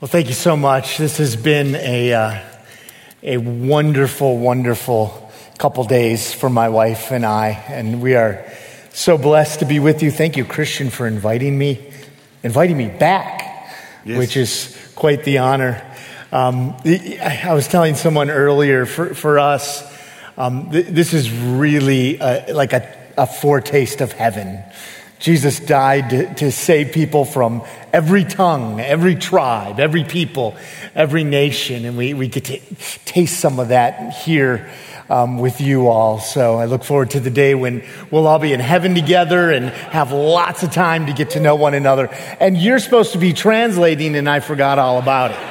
Well, thank you so much. This has been a wonderful, wonderful couple days for my wife and I, and we are so blessed to be with you. Thank you, Christian, for inviting me back, yes, which is quite the honor. I was telling someone earlier, for us, this is really like a foretaste of heaven. Jesus died to save people from every tongue, every tribe, every people, every nation, and we get to taste some of that here with you all. So I look forward to the day when we'll all be in heaven together and have lots of time to get to know one another. And you're supposed to be translating, and I forgot all about it.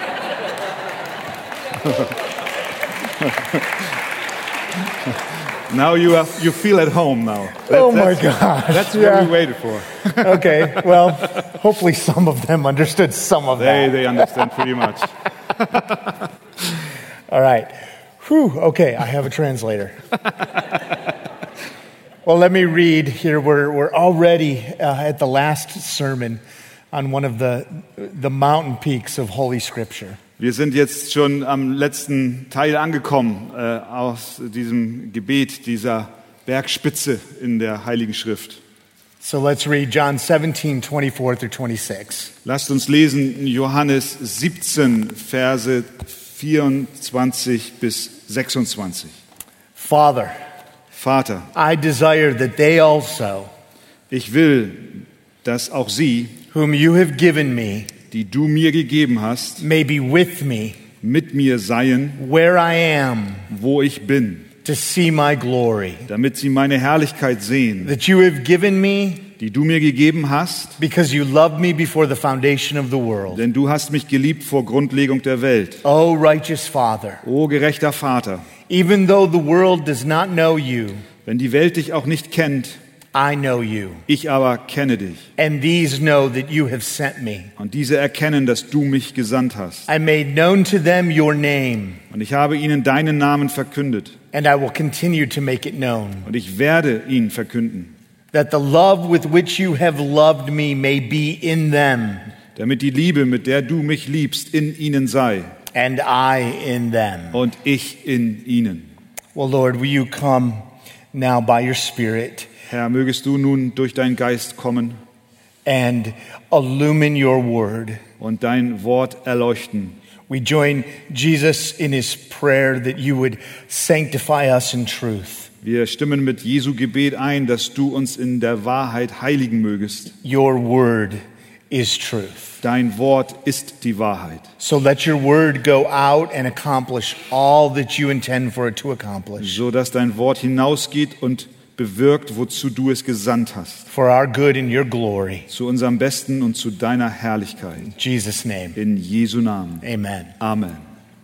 Now you feel at home now. My God. That's what we waited for. Okay, well, hopefully some of them understood some of that. They understand pretty much. All right. Whew, okay, I have a translator. Well, let me read here. We're already at the last sermon on one of the mountain peaks of Holy Scripture. Wir sind jetzt schon am letzten Teil angekommen aus diesem Gebet, dieser Bergspitze in der Heiligen Schrift. So let's read John 17:24 through 26. Lasst uns lesen Johannes 17, Verse 24 bis 26. Vater, I desire that they also, ich will, dass auch sie, whom you have given me, die du mir gegeben hast, may be with me, mit mir seien, where I am, wo ich bin, to see my glory, damit sie meine Herrlichkeit sehen, that you have given me, die du mir gegeben hast, because you loved me before the foundation of the world. Denn du hast mich geliebt vor Grundlegung der Welt. O righteous Father, O gerechter Vater, even though the world does not know you, wenn die Welt dich auch nicht kennt, I know you. Ich aber kenne dich. And these know that you have sent me. Und diese erkennen, dass du mich gesandt hast. I made known to them your name. Und ich habe ihnen deinen Namen verkündet. And I will continue to make it known. Und ich werde ihn verkünden. That the love with which you have loved me may be in them. Damit die Liebe, mit der du mich liebst, in ihnen sei. And I in them. Und ich in ihnen. Well, Lord, will you come now by your Spirit? Herr, mögest du nun durch deinen Geist kommen and illumine your word. Und dein Wort erleuchten. We join Jesus in his prayer that you would sanctify us in truth. Wir stimmen mit Jesu Gebet ein, dass du uns in der Wahrheit heiligen mögest. Your word is truth. Dein Wort ist die Wahrheit. So let your word go out and accomplish all that you intend for it to accomplish. So dass dein Wort hinausgeht und bewirkt, wozu du es gesandt hast. For our good and your glory. Zu unserem Besten und zu deiner Herrlichkeit. In Jesus' name. In Jesu Namen. Amen. Amen.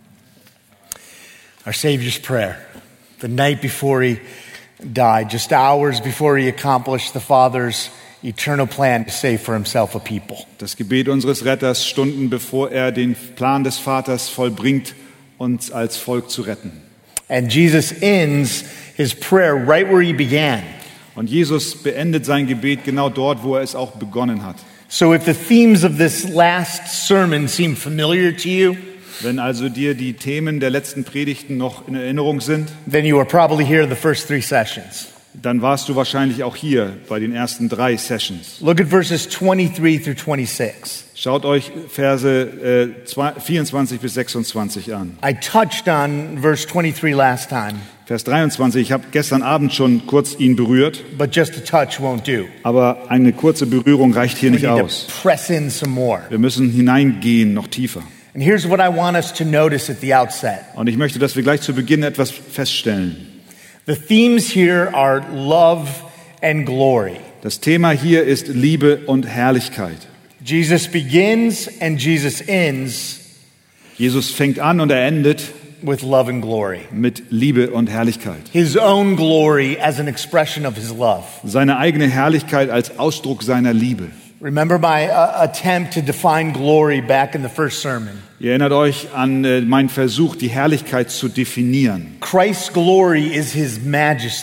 Our Savior's prayer, the night before he died, just hours before he accomplished the Father's eternal plan to save for himself a people. Das Gebet unseres Retters, Stunden bevor er den Plan des Vaters vollbringt, uns als Volk zu retten. And Jesus ends his prayer right where he began. Und Jesus beendet sein Gebet genau dort, wo er es auch begonnen hat. So if the themes of this last sermon seem familiar to you, wenn also dir die Themen der letzten Predigten noch in Erinnerung sind, then you were probably here the first 3 sessions. Dann warst du wahrscheinlich auch hier bei den ersten 3 Sessions. Look at verses 23 through 26. Schaut euch Verse 24 bis 26 an. I touched on verse 23 last time. Vers 23, ich habe gestern Abend schon kurz ihn berührt. But just a touch won't do. Aber eine kurze Berührung reicht hier nicht aus. Press in some more. Wir müssen hineingehen, noch tiefer. And here's what I want us to notice at the outset. Und ich möchte, dass wir gleich zu Beginn etwas feststellen. The themes here are love and glory. Das Thema hier ist Liebe und Herrlichkeit. Jesus begins and Jesus ends. Jesus fängt an und er endet with love and glory. Mit Liebe und Herrlichkeit. His own glory as an expression of his love. Seine eigene Herrlichkeit als Ausdruck seiner Liebe. Remember my attempt to define glory back in the first sermon. Ihr erinnert euch an meinen Versuch, die Herrlichkeit zu definieren. Christ's glory is his majesty.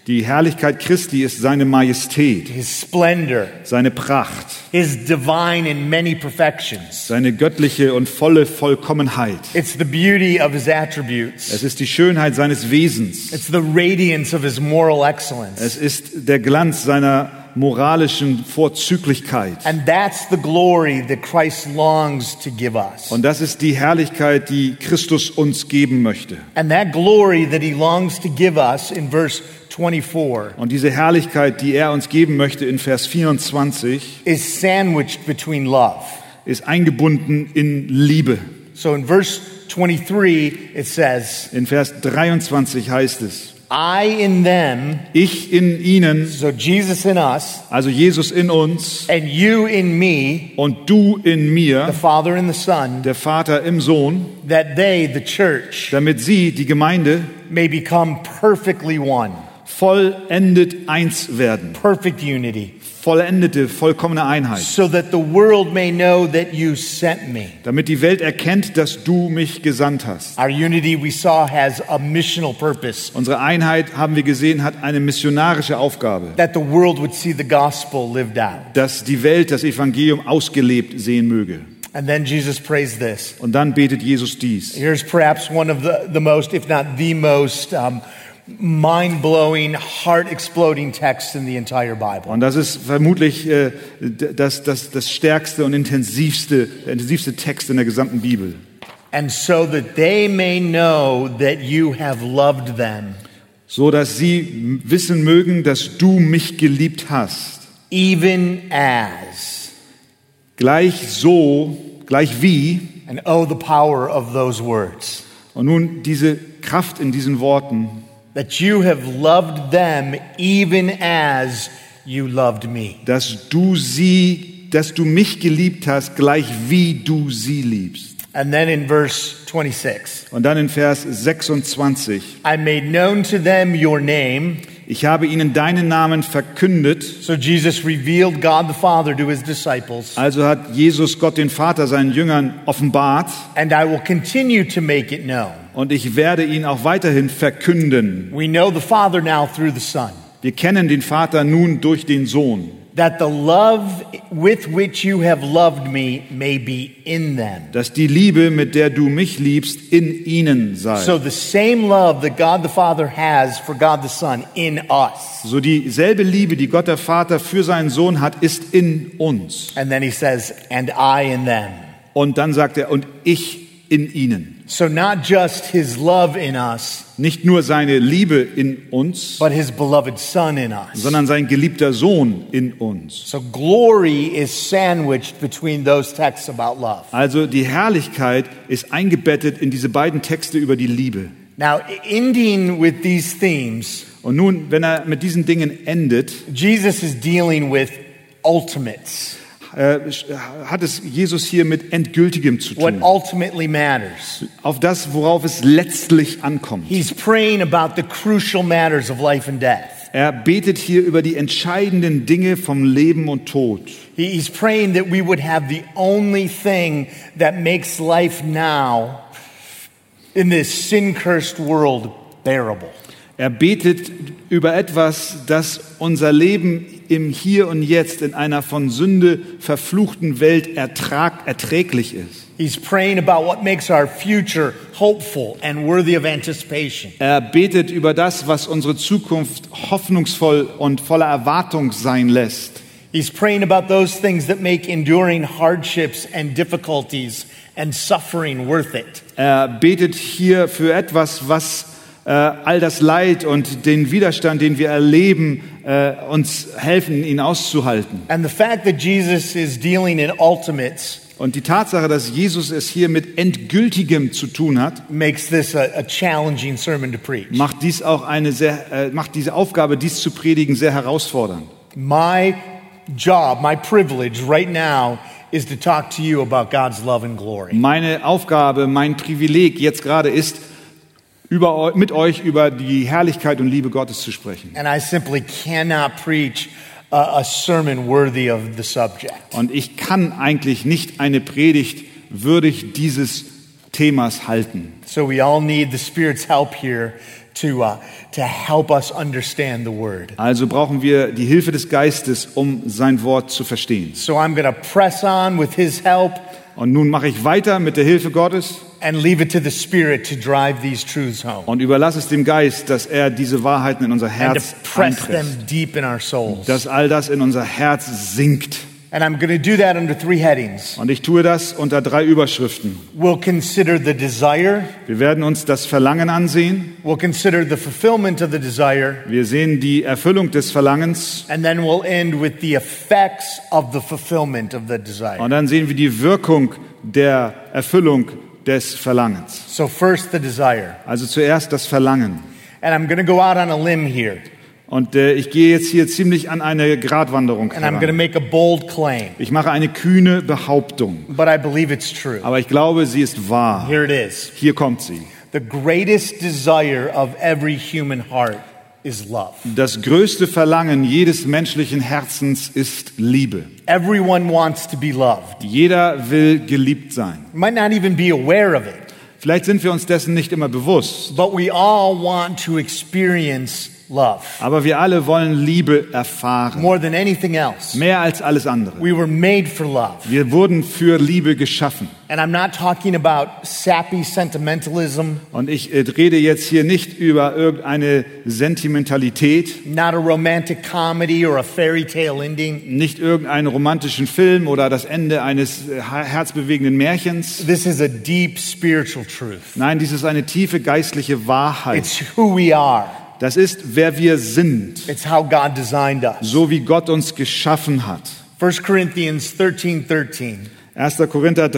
Die Herrlichkeit Christi ist seine Majestät, His splendor, seine Pracht, His divine and many perfections. seine göttliche und volle Vollkommenheit. It's the beauty of His attributes. Es ist die Schönheit seines Wesens. It's the radiance of His moral excellence. Es ist der Glanz seiner moralischen Vorzüglichkeit. And that's the glory that Christ longs to give us. Und das ist die Herrlichkeit, die Christus uns geben möchte. And that glory that He longs to give us in verse 24 Und diese Herrlichkeit, die er uns geben möchte in Vers 24, is sandwiched between love. ist eingebunden in Liebe. So in verse 23 it says, In Vers 23 heißt es, I in them, ich in ihnen, so Jesus in us, also Jesus in uns and you in me, und du in the mir, Father and the Son, der Vater im Sohn, that they, the church, damit sie, die Gemeinde, may become perfectly one. vollendet eins werden. Perfect unity. Vollendete, vollkommene Einheit. So that the world may know that you sent me. Damit die Welt erkennt, dass du mich gesandt hast. Our unity, we saw, has a missional purpose. Unsere Einheit, haben wir gesehen, hat eine missionarische Aufgabe. That the world would see the gospel lived out. Dass die Welt das Evangelium ausgelebt sehen möge. And then Jesus prays this. Und dann betet Jesus dies. Here's perhaps one of the most, if not the most, mind-blowing, heart-exploding text in the entire Bible. Und das ist vermutlich das stärkste und intensivste Text in der gesamten Bibel. And so that they may know that you have loved them, So dass sie wissen mögen, dass du mich geliebt hast. even as. Gleich wie. And oh, the power of those words. Und nun diese Kraft in diesen Worten. That you have loved them even as you loved me. Dass du mich geliebt hast, gleich wie du sie liebst. And then in verse 26. Und dann in Vers 26. I made known to them your name. Ich habe ihnen deinen Namen verkündet. So Jesus revealed God the Father to his disciples. Also hat Jesus Gott den Vater seinen Jüngern offenbart. And I will continue to make it known. Und ich werde ihn auch weiterhin verkünden. We know the Father now through the Son. Wir kennen den Vater nun durch den Sohn. That the love with which you have loved me may be in them. Dass die Liebe, mit der du mich liebst, in ihnen sei. So the same love that God the Father has for God the Son in us. So dieselbe Liebe, die Gott der Vater für seinen Sohn hat, ist in uns. And then he says, and I in them. Und dann sagt er, und ich in ihnen. So not just his love in us, nicht nur seine Liebe in uns, but his beloved Son in us. sondern sein geliebter Sohn in uns. So glory is sandwiched between those texts about love. Also die Herrlichkeit ist eingebettet in diese beiden Texte über die Liebe. Now, ending with these themes, und nun, wenn er mit diesen Dingen endet, Jesus is dealing with ultimates. Hat es Jesus hier mit Endgültigem zu tun. What ultimately matters. Auf das, worauf es letztlich ankommt. He's praying about the crucial matters of life and death. Er betet hier über die entscheidenden Dinge vom Leben und Tod. He's praying that we would have the only thing that makes life now in this sin-cursed world bearable. Er betet über etwas, das unser Leben im Hier und Jetzt in einer von Sünde verfluchten Welt erträglich ist. He's praying about what makes our future hopeful and worthy of anticipation. Er betet über das, was unsere Zukunft hoffnungsvoll und voller Erwartung sein lässt. He's praying about those things that make enduring hardships and difficulties and suffering worth it. Er betet hier für etwas, was all das Leid und den Widerstand, den wir erleben, uns helfen, ihn auszuhalten. And the fact that Jesus is dealing in ultimates und die Tatsache, dass Jesus es hier mit Endgültigem zu tun hat, makes this a challenging sermon to preach. Macht diese Aufgabe, dies zu predigen, sehr herausfordernd. My job, my privilege right now is to talk to you about God's love and glory. Meine Aufgabe, mein Privileg jetzt gerade ist, mit euch über die Herrlichkeit und Liebe Gottes zu sprechen. And I simply cannot preach a sermon worthy of the subject. Und ich kann eigentlich nicht eine Predigt würdig dieses Themas halten. So we all need the Spirit's help here to help us understand the Word. Also brauchen wir die Hilfe des Geistes, um sein Wort zu verstehen. So I'm going to press on with His help Und nun mache ich weiter mit der Hilfe Gottes and leave it to the Spirit to drive these truths home und überlasse es dem Geist, dass er diese Wahrheiten in unser and to Herz press them einpresst. deep in our souls. Dass all das in unser Herz sinkt. And I'm going to do that under 3 headings. Und ich tue das unter 3 Überschriften. We'll consider the desire. Wir werden uns das Verlangen ansehen. We'll consider the fulfillment of the desire. Wir sehen die Erfüllung des Verlangens. And then we'll end with the effects of the fulfillment of the desire. Und dann sehen wir die Wirkung der Erfüllung des Verlangens. So first the desire. Also zuerst das Verlangen. And I'm going to go out on a limb here. Und ich gehe jetzt hier ziemlich an eine Gratwanderung And I'm going to heran. make a bold claim. Ich mache eine kühne Behauptung. But I believe it's true. Aber ich glaube, sie ist wahr. Here it is. Hier kommt sie. The greatest desire of every human heart is love. Das größte Verlangen jedes menschlichen Herzens ist Liebe. Everyone wants to be loved. Jeder will geliebt sein. You might not even be aware of it. Vielleicht sind wir uns dessen nicht immer bewusst. But we all want to experience love Aber wir alle wollen Liebe erfahren. more than anything else. Mehr als alles andere. We were made for love. Wir wurden für Liebe geschaffen. And I'm not talking about sappy sentimentalism, Und ich rede jetzt hier nicht über irgendeine Sentimentalität, not a romantic comedy or a fairy tale ending. nicht irgendeinen romantischen Film oder das Ende eines herzbewegenden Märchens. This is a deep spiritual truth. Nein, dies ist eine tiefe geistliche Wahrheit. It's who we are. Das ist, wer wir sind, It's how God designed us. so wie Gott uns geschaffen hat. 1 Corinthians 13:13. 1. Korinther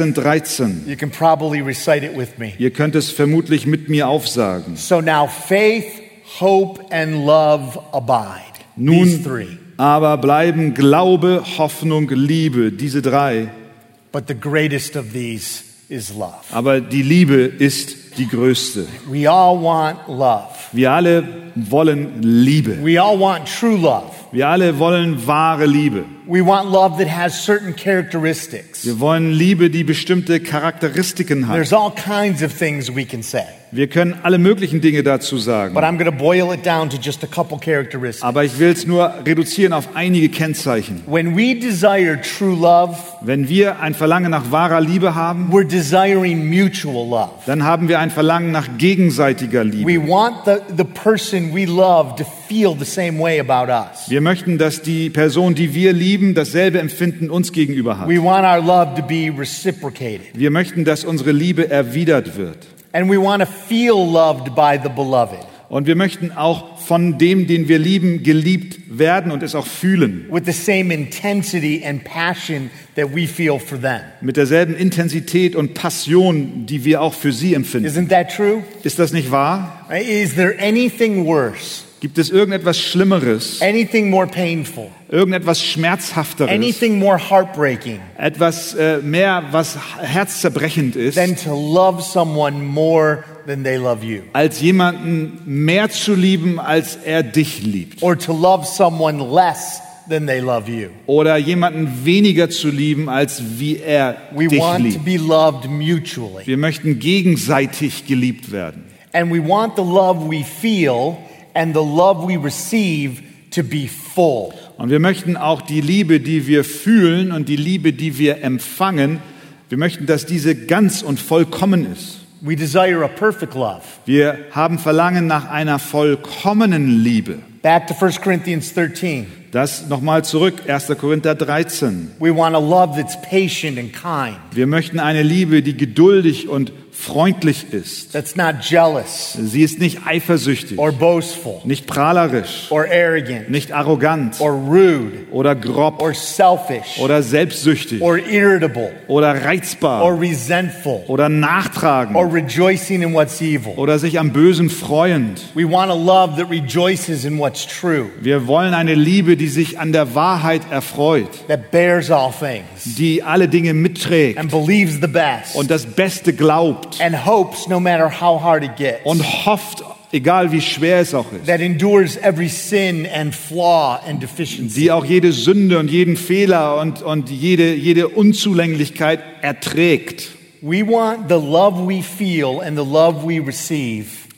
13:13. You can probably recite it with me. Ihr könnt es vermutlich mit mir aufsagen. So now faith, hope and love abide. These Nun three. aber bleiben Glaube, Hoffnung, Liebe, diese 3. But the greatest of these is love. Aber die Liebe ist die größte. We all want love. Wir alle wollen Liebe. We all want true love. Wir alle wollen wahre Liebe. We want love that has certain characteristics. Wir wollen Liebe, die bestimmte Charakteristiken hat. There's all kinds of things we can say. Wir können alle möglichen Dinge dazu sagen. But I'm going to boil it down to just a couple characteristics. Aber ich will es nur reduzieren auf einige Kennzeichen. When we desire true love, Wenn wir ein Verlangen nach wahrer Liebe haben, we're desiring mutual love. dann haben wir ein Verlangen nach gegenseitiger Liebe. We want the person we love to feel the same way about us. Wir möchten, dass die Person, die wir lieben, dasselbe Empfinden uns gegenüber hat. We want our love to be reciprocated. Wir möchten, dass unsere Liebe erwidert wird. And we want to feel loved by the beloved Und wir möchten auch von dem, den wir lieben, geliebt werden und es auch fühlen. with the same intensity and passion that we feel for them. Mit derselben Intensität und Passion, die wir auch für sie empfinden. Isn't that true? Ist das nicht wahr? Is there anything worse, Gibt es irgendetwas Schlimmeres, anything more painful, irgendetwas Schmerzhafteres, anything more heartbreaking etwas mehr, was herzzerbrechend ist, than to love someone more than they love you? als jemanden mehr zu lieben, als er dich liebt? Or to love someone less than they love you? Oder jemanden weniger zu lieben, als wie er We dich want to liebt? be loved mutually. Wir möchten gegenseitig geliebt werden. And we want the love we feel and the love we receive to be full. Und wir möchten auch die Liebe, die wir fühlen und die Liebe, die wir empfangen, wir möchten, dass diese ganz und vollkommen ist. We desire a perfect love. Wir haben Verlangen nach einer vollkommenen Liebe. Back to 1 Corinthians 13. Das nochmal zurück, 1. Korinther 13. We want a love that's patient and kind, Wir möchten eine Liebe, die geduldig und freundlich ist. that's not jealous Sie ist nicht eifersüchtig, or boastful nicht prahlerisch, or arrogant nicht arrogant or rude oder grob or selfish oder selbstsüchtig or irritable oder or reizbar resentful oder or nachtragend rejoicing in what's evil. oder sich am Bösen freuend. We want a love that rejoices in what's true, Wir wollen eine Liebe, die sich an der Wahrheit erfreut, that bears all things die alle Dinge mitträgt and believes the best und das Beste glaubt and hopes no matter how hard it gets, und hofft, egal wie schwer es auch ist, that endures every sin and flaw and deficiency. die auch jede Sünde und jeden Fehler und jede Unzulänglichkeit erträgt. We want the love we feel and the love we receive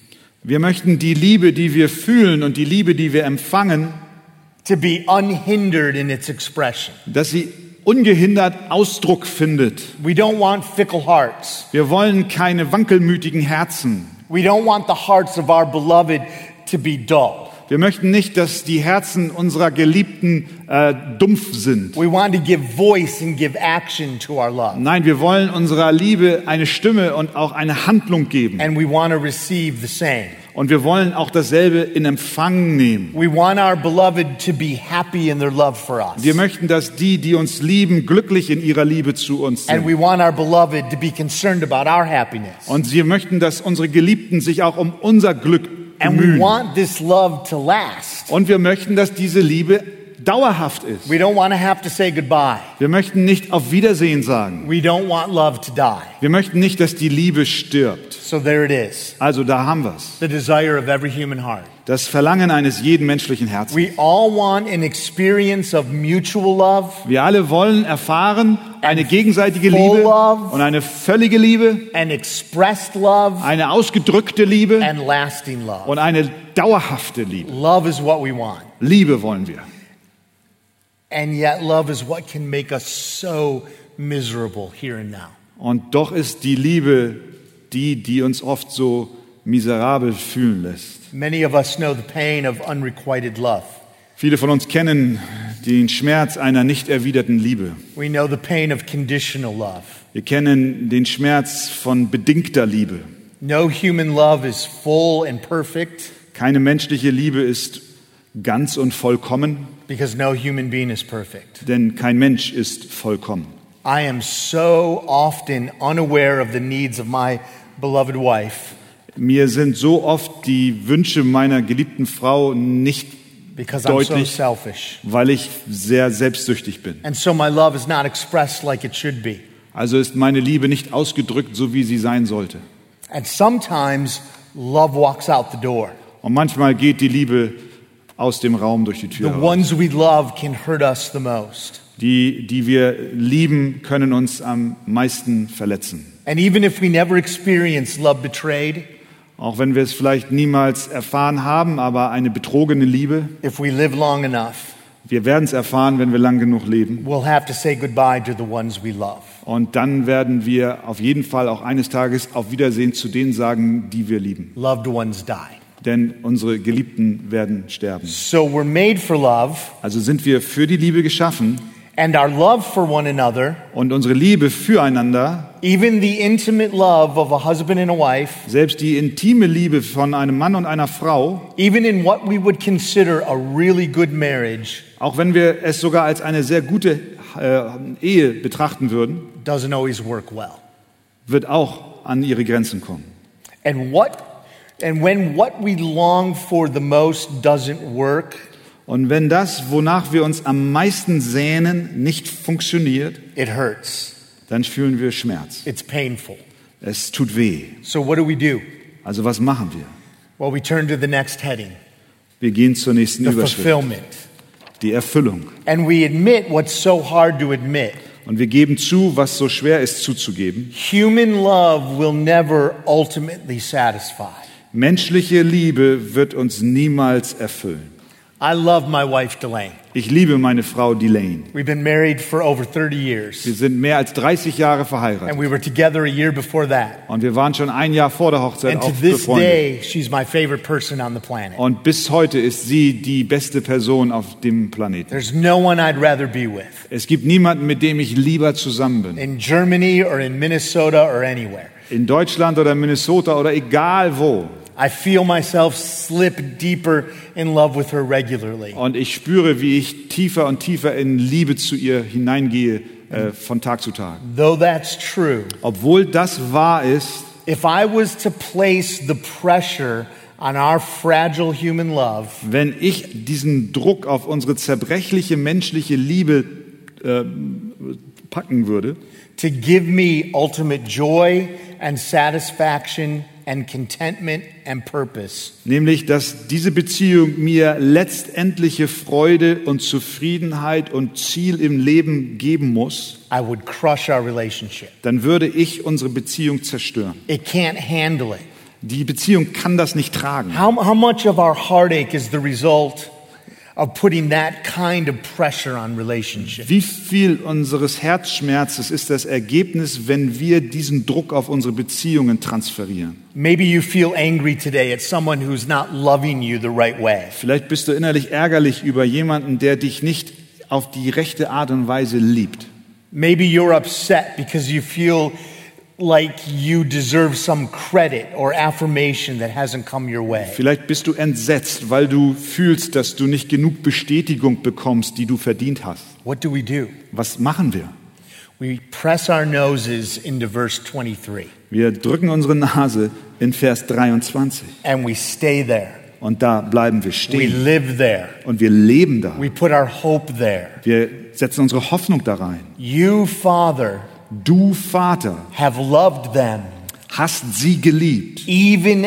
Wir möchten die Liebe, die wir fühlen und die Liebe, die wir empfangen, to be unhindered in its expression. dass sie ungehindert Ausdruck findet. We don't want fickle hearts. Wir wollen keine wankelmütigen Herzen. We don't want the hearts of our beloved to be dull. Wir möchten nicht, dass die Herzen unserer Geliebten dumpf sind. We want to give voice and give action to our love. Nein, wir wollen unserer Liebe eine Stimme und auch eine Handlung geben. And we want to receive the same. Und wir wollen auch dasselbe in Empfang nehmen. We want our beloved to be happy in their love for us. Wir möchten, dass die uns lieben, glücklich in ihrer Liebe zu uns And sind. we want our beloved to be concerned about our happiness. Und wir möchten, dass unsere Geliebten sich auch um unser Glück And we bemühen. want this love to last. Und wir möchten, dass diese Liebe dauerhaft ist. We don't want to have to say goodbye. Wir möchten nicht auf Wiedersehen sagen. We don't want love to die. Wir möchten nicht, dass die Liebe stirbt. So there it is. Also da haben wir es. The desire of every human heart. Das Verlangen eines jeden menschlichen Herzens. We all want an experience of mutual love Wir alle wollen erfahren eine gegenseitige full Liebe love. und eine völlige Liebe, and expressed love eine ausgedrückte Liebe and lasting love. und eine dauerhafte Liebe. Love is what we want. Liebe wollen wir. And yet love is what can make us so miserable here and now. Und doch ist die Liebe die uns oft so miserabel fühlen lässt. Many of us know the pain of unrequited love. Viele von uns kennen den Schmerz einer nicht erwiderten Liebe. We know the pain of conditional love. Wir kennen den Schmerz von bedingter Liebe. No human love is full and perfect Keine menschliche Liebe ist ganz und vollkommen, because no human being is perfect. denn kein Mensch ist vollkommen. I am so often unaware of the needs of my beloved wife Mir sind so oft die Wünsche meiner geliebten Frau nicht because I'm so deutlich, selfish. weil ich sehr selbstsüchtig bin. And so my love is not expressed like it should be. Also ist meine Liebe nicht ausgedrückt, so wie sie sein sollte. And sometimes love walks out the door. Und manchmal geht die Liebe aus dem Raum durch die The Tür raus. ones we love can hurt us the most. Die wir lieben, können uns am meisten verletzen. And even if we never experience love betrayed, Auch wenn wir es vielleicht niemals erfahren haben, aber eine betrogene Liebe, if we live long enough, wir werden es erfahren, wenn wir lang genug leben. we'll have to say goodbye to the ones we love. Und dann werden wir auf jeden Fall auch eines Tages auf Wiedersehen zu denen sagen, die wir lieben. Loved ones die. Denn unsere Geliebten werden sterben. So we're made for love, Also sind wir für die Liebe geschaffen and our love for one another, und unsere Liebe füreinander, even the intimate love of a husband and a wife, selbst die intime Liebe von einem Mann und einer Frau, even in what we would consider a really good marriage, auch wenn wir es sogar als eine sehr gute Ehe betrachten würden, doesn't always work well. wird auch an ihre Grenzen kommen. And when what we long for the most doesn't work, Und wenn das, wonach wir uns am meisten sehnen, nicht funktioniert, it hurts. dann fühlen wir Schmerz. It's painful. Es tut weh. So what do? Also was machen wir? Well, we turn to the next heading, Wir gehen zur nächsten the Überschrift, fulfillment. die Erfüllung. And we admit what's so hard to admit. Und wir geben zu, was so schwer ist zuzugeben. Human love will never ultimately satisfy. Menschliche Liebe wird uns niemals erfüllen. I love my wife, Delane. Ich liebe meine Frau Delane. We've been married for over 30 Wir years. sind mehr als 30 Jahre And verheiratet. we were together a year before that. Und wir waren schon ein Jahr vor der Hochzeit And to auch this befreundet. day, she's my favorite person on the planet. Und bis heute ist sie die beste Person auf dem Planeten. There's no one I'd rather be with. Es gibt niemanden, mit dem ich lieber zusammen bin. In Germany or in Minnesota or anywhere. In Deutschland oder Minnesota oder egal wo. I feel myself slip deeper in love with her regularly. Und ich spüre, wie ich tiefer und tiefer in Liebe zu ihr hineingehe von Tag zu Tag. Though that's true, Obwohl das wahr ist, if I was to place the pressure on our fragile human love, wenn ich diesen Druck auf unsere zerbrechliche menschliche Liebe packen würde, to give me ultimate joy and satisfaction and contentment and purpose, nämlich, dass diese Beziehung mir letztendliche Freude und Zufriedenheit und Ziel im Leben geben muss, I would crush our relationship. dann würde ich unsere Beziehung zerstören. It can't handle it. Die Beziehung kann das nicht tragen. How much of our heartache is the result of putting that kind of pressure on relationships? Wie viel unseres Herzschmerzes ist das Ergebnis, wenn wir diesen Druck auf unsere Beziehungen transferieren? Maybe you feel angry today at someone who's not loving you the right way. Vielleicht bist du innerlich ärgerlich über jemanden, der dich nicht auf die rechte Art und Weise liebt. Maybe you're upset because you feel like you deserve some credit or affirmation that hasn't come your way. Vielleicht bist du entsetzt, weil du fühlst, dass du nicht genug Bestätigung bekommst, die du verdient hast. What do? Was machen wir? We press our noses into verse 23 Wir drücken unsere Nase in Vers 23 and we stay there. und da bleiben wir We stehen live there. und wir leben da. We put our hope there. Wir setzen unsere Hoffnung da rein. You, Father, Du, Vater, have loved them hast sie geliebt, even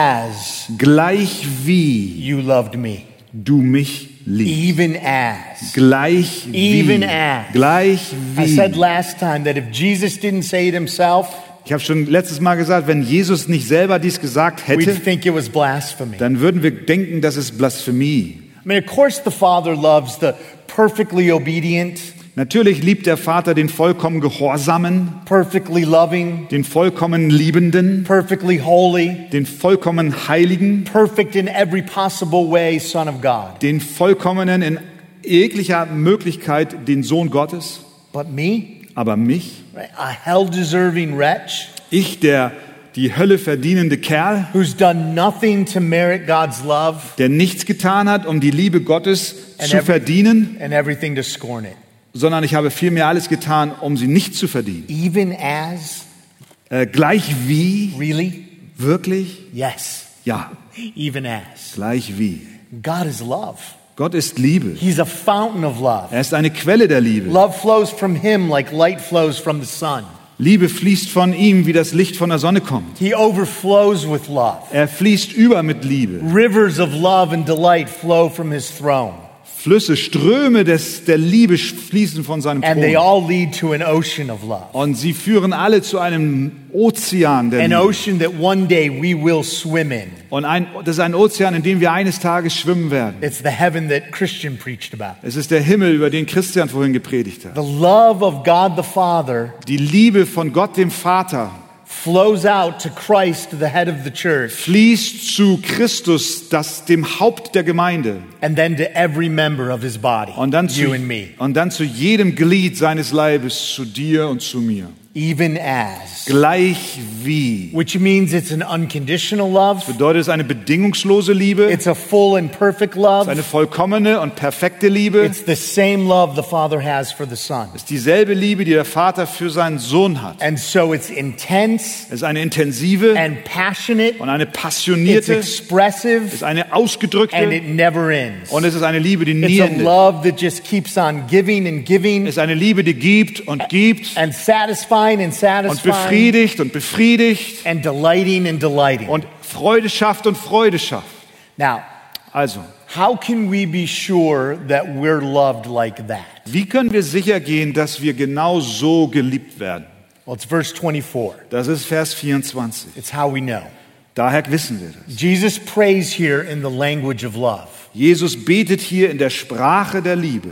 as gleich wie you loved me. du mich liebst. Even as. Gleich wie. Even as. Gleich I said wie. last time that if Jesus didn't say it himself, Ich habe schon letztes Mal gesagt, wenn Jesus nicht selber dies gesagt hätte, we'd think it was blasphemy. dann würden wir denken, das ist Blasphemie. I mean, of course the Father loves the perfectly obedient, Natürlich liebt der Vater den vollkommen Gehorsamen, perfectly loving, den vollkommen Liebenden, perfectly holy, den vollkommen Heiligen, perfect in every possible way Son of God. den vollkommenen in jeglicher Möglichkeit, den Sohn Gottes. But me, Aber mich, right, a hell-deserving wretch ich, der die Hölle verdienende Kerl, who's done nothing to merit God's love der nichts getan hat, um die Liebe Gottes zu every- verdienen, and everything to scorn it. sondern ich habe vielmehr alles getan, um sie nicht zu verdienen. Even as, Gleich wie, really? wirklich? Yes, Ja, even as. gleich wie. God is love. Gott ist Liebe. He's a fountain of love. Er ist eine Quelle der Liebe. Love flows from him like light flows from the sun. Liebe fließt von ihm, wie das Licht von der Sonne kommt. He overflows with love. Er fließt über mit Liebe. Rivers of love and delight flow from his throne. Flüsse, Ströme der Liebe fließen von seinem And they Thron. all lead to an ocean of love. Und sie führen alle zu einem Ozean der An Liebe. ocean that one day we will swim in. Und das ist ein Ozean, in dem wir eines Tages schwimmen werden. It's the heaven that Christian preached about. Es ist der Himmel, über den Christian vorhin gepredigt hat. The love of God the Father Die Liebe von Gott dem Vater flows out to Christ, the head of the church, fließt zu Christus, dem Haupt der Gemeinde. and then to every member of his body, Und dann you and me. zu jedem Glied seines Leibes, zu dir und zu mir. Even as. Gleich wie. Which means it's an unconditional love. Bedeutet es eine bedingungslose Liebe, It's a full and perfect es love. ist eine vollkommene und perfekte Liebe, It's the same love the Father has for the Son. es ist dieselbe Liebe, die der Vater für seinen Sohn hat. And so it's intense Es ist eine intensive and passionate. und eine It's passionierte, es expressive ist eine and ausgedrückte it never ends. und es ist eine Liebe, die It's nie a endet. love that just keeps on giving and giving Es ist eine Liebe, die gibt und gibt and satisfying and und satisfying befriedigt und befriedigt and delighting and delighting. und Freude schafft und Freude schafft. Now, Also, how can we be sure that we're loved like that? wie können wir sicher gehen, dass wir genau so geliebt werden? Well, it's verse 24. Das ist Vers 24. It's how we know. Daher wissen wir das. Jesus prays here in the language of love. Jesus betet hier in der Sprache der Liebe.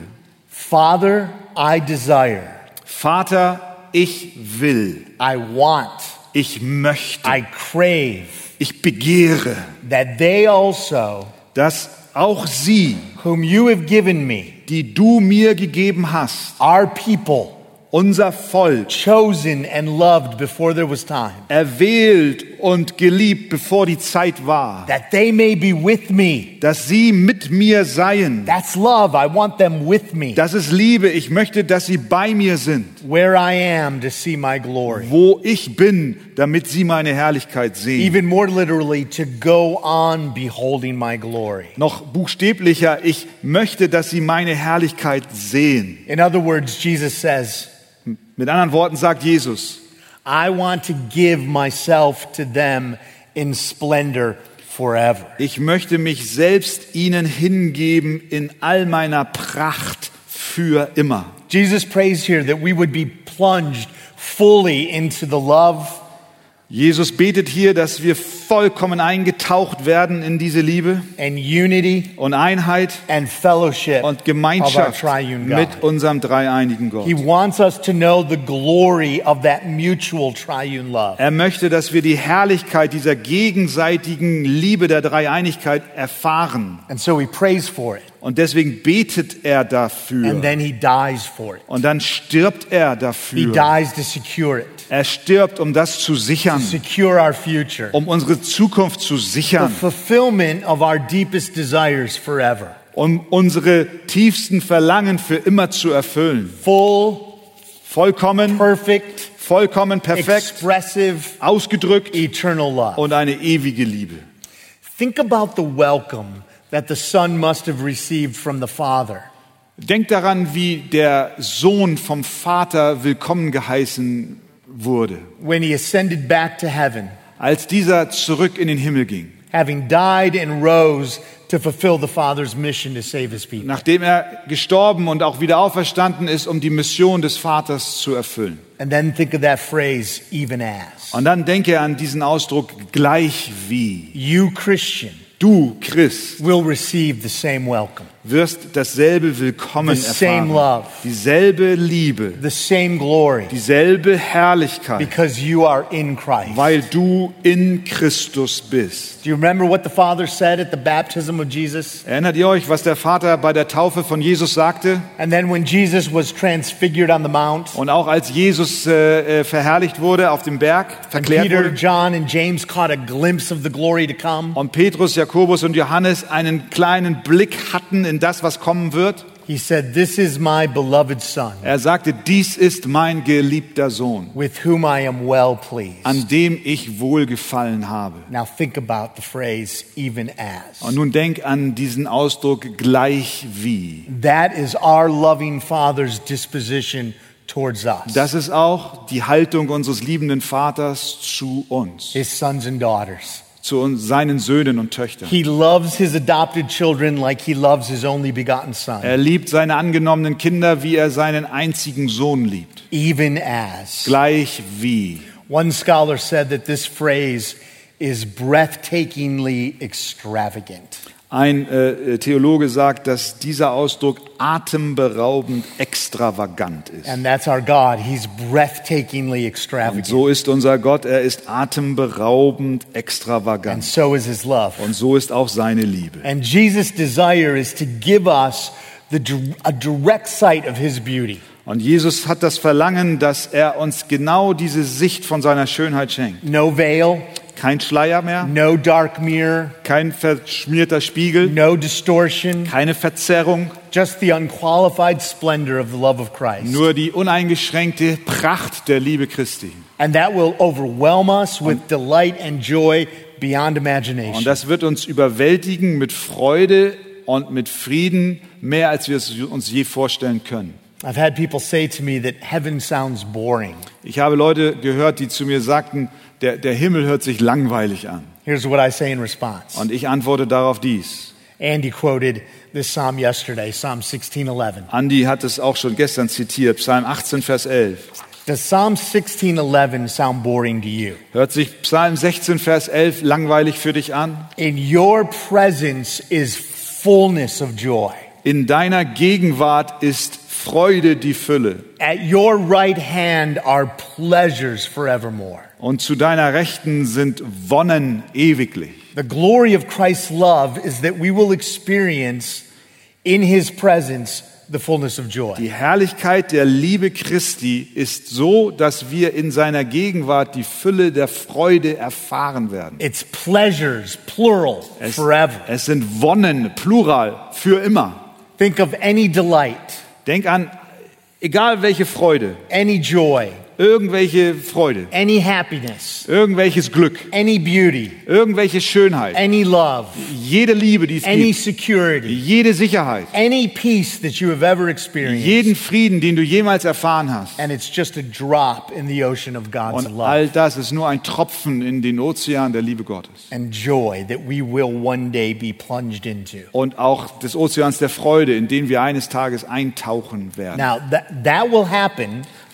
Father, I desire, Vater, ich will, I want, ich möchte, I crave ich begehre, that they also, dass auch sie, whom you have given me, die du mir gegeben hast, our people, unser Volk, chosen and loved before there was time, erwählt und geliebt, bevor die Zeit war, that they may be with me. dass sie mit mir seien. That's love. I want them with me. Das ist Liebe. Ich möchte, dass sie bei mir sind, Where I am to see my glory. wo ich bin, damit sie meine Herrlichkeit sehen. Even more literally, to go on beholding my glory. Noch buchstäblicher, ich möchte, dass sie meine Herrlichkeit sehen. In other words, Jesus says, Mit anderen Worten sagt Jesus, I want to give myself to them in splendor forever. ich möchte mich selbst ihnen hingeben in all meiner Pracht für immer. Jesus prays here that we would be plunged fully into the love Jesus betet hier, dass wir vollkommen eingetaucht werden in diese Liebe and unity und Einheit and fellowship und of our Gemeinschaft triune God. mit unserem dreieinigen Gott. He wants us to know the glory of that mutual triune love. Er möchte, dass wir die Herrlichkeit dieser gegenseitigen Liebe der Dreieinigkeit erfahren. And so he prays for it. Und deswegen betet er dafür. And then he dies for it. Und dann stirbt er He dafür. dies to secure it, Er stirbt, um das zu sichern, secure our future, um unsere Zukunft zu the sichern, fulfillment of our deepest desires forever. um unsere tiefsten Verlangen für immer zu erfüllen. Full, Vollkommen, perfect, vollkommen perfekt, expressive, ausgedrückt eternal love. und eine ewige Liebe. Think about the welcome that the Son must have received from the Father. Denkt daran, wie der Sohn vom Vater willkommen geheißen wurde, When he ascended back to heaven, als dieser zurück in den Himmel ging, having died and rose to fulfill the Father's mission to save his people. nachdem er gestorben und auch wieder auferstanden ist, um die Mission des Vaters zu erfüllen. And then think of that phrase, even as. Und dann denke an diesen Ausdruck, gleich wie. You, Christian, Du, Christ, will receive the same welcome, wirst dasselbe Willkommen The same erfahren, love. dieselbe Liebe, the same glory, dieselbe Herrlichkeit, because you are in Christ. weil du in Christus bist. Do you remember what the Father said at the baptism of Jesus? Erinnert ihr euch, was der Vater bei der Taufe von Jesus sagte? And then when Jesus was transfigured on the mount, Und auch als Jesus verherrlicht wurde auf dem Berg, and verklärt Peter, wurde, John, and James caught a glimpse of the glory to come, und Petrus, Jakobus und Johannes einen kleinen Blick hatten in das, was kommen wird, he said, "This is my beloved Son, er sagte, dies ist mein geliebter Sohn, with whom I am well pleased." an dem ich wohlgefallen habe. Now think about the phrase, even as. Und nun denk an diesen Ausdruck, gleich wie. That is our loving Father's disposition towards us, Das ist auch die Haltung unseres liebenden Vaters zu uns, his sons and daughters. zu uns, seinen Söhnen und Töchtern. He loves his adopted children like he loves his only begotten Son, Er liebt seine angenommenen Kinder, wie er seinen einzigen Sohn liebt. even as. Gleich wie. One scholar said that this phrase is breathtakingly extravagant. Ein Theologe sagt, dass dieser Ausdruck atemberaubend extravagant ist. And that's our God. He's breathtakingly Und extravagant. so ist unser Gott, er ist atemberaubend And extravagant. so is his love. Und so ist auch seine Liebe. And Jesus' desire is to give us a direct sight of his beauty. Und Jesus hat das Verlangen, dass er uns genau diese Sicht von seiner Schönheit schenkt. No veil, Kein Schleier mehr, no dark mirror, kein verschmierter Spiegel, no distortion, keine Verzerrung, just the unqualified splendor of the love of Christ. nur die uneingeschränkte Pracht der Liebe Christi. And that will overwhelm us with delight and joy beyond Und imagination. das wird uns überwältigen mit Freude und mit Frieden, mehr als wir es uns je vorstellen können. I've had people say to me that heaven sounds boring. Ich habe Leute gehört, die zu mir sagten, der Himmel hört sich langweilig an. Here's what I say in response. Und ich antworte darauf dies. Andy quoted this psalm yesterday, Psalm 16:11. Andi hat es auch schon gestern zitiert, Psalm 18, Vers 11. Does Psalm 16:11 sound boring to you? Hört sich Psalm 16, Vers 11 langweilig für dich an? In your presence is fullness of joy. In deiner Gegenwart ist Freude die Fülle. At your right hand are pleasures forevermore. Und zu deiner Rechten sind Wonnen ewiglich. The glory of Christ's love is that we will experience in his presence the fullness of joy. Die Herrlichkeit der Liebe Christi ist so, dass wir in seiner Gegenwart die Fülle der Freude erfahren werden. It's pleasures, plural, forever. Es sind Wonnen, Plural, für immer. Think of any delight, Denk an, egal welche Freude, any joy, irgendwelche Freude, any happiness, irgendwelches Glück, any beauty, irgendwelche Schönheit, any love, jede Liebe, die es any gibt, security, jede Sicherheit, any peace that you have ever experienced. jeden Frieden, den du jemals erfahren hast. And it's just a drop in the ocean of God's Und love all das ist nur ein Tropfen in den Ozean der Liebe Gottes. and joy that we will one day be plunged into. Und auch des Ozeans der Freude, in den wir eines Tages eintauchen werden. Now, that will happen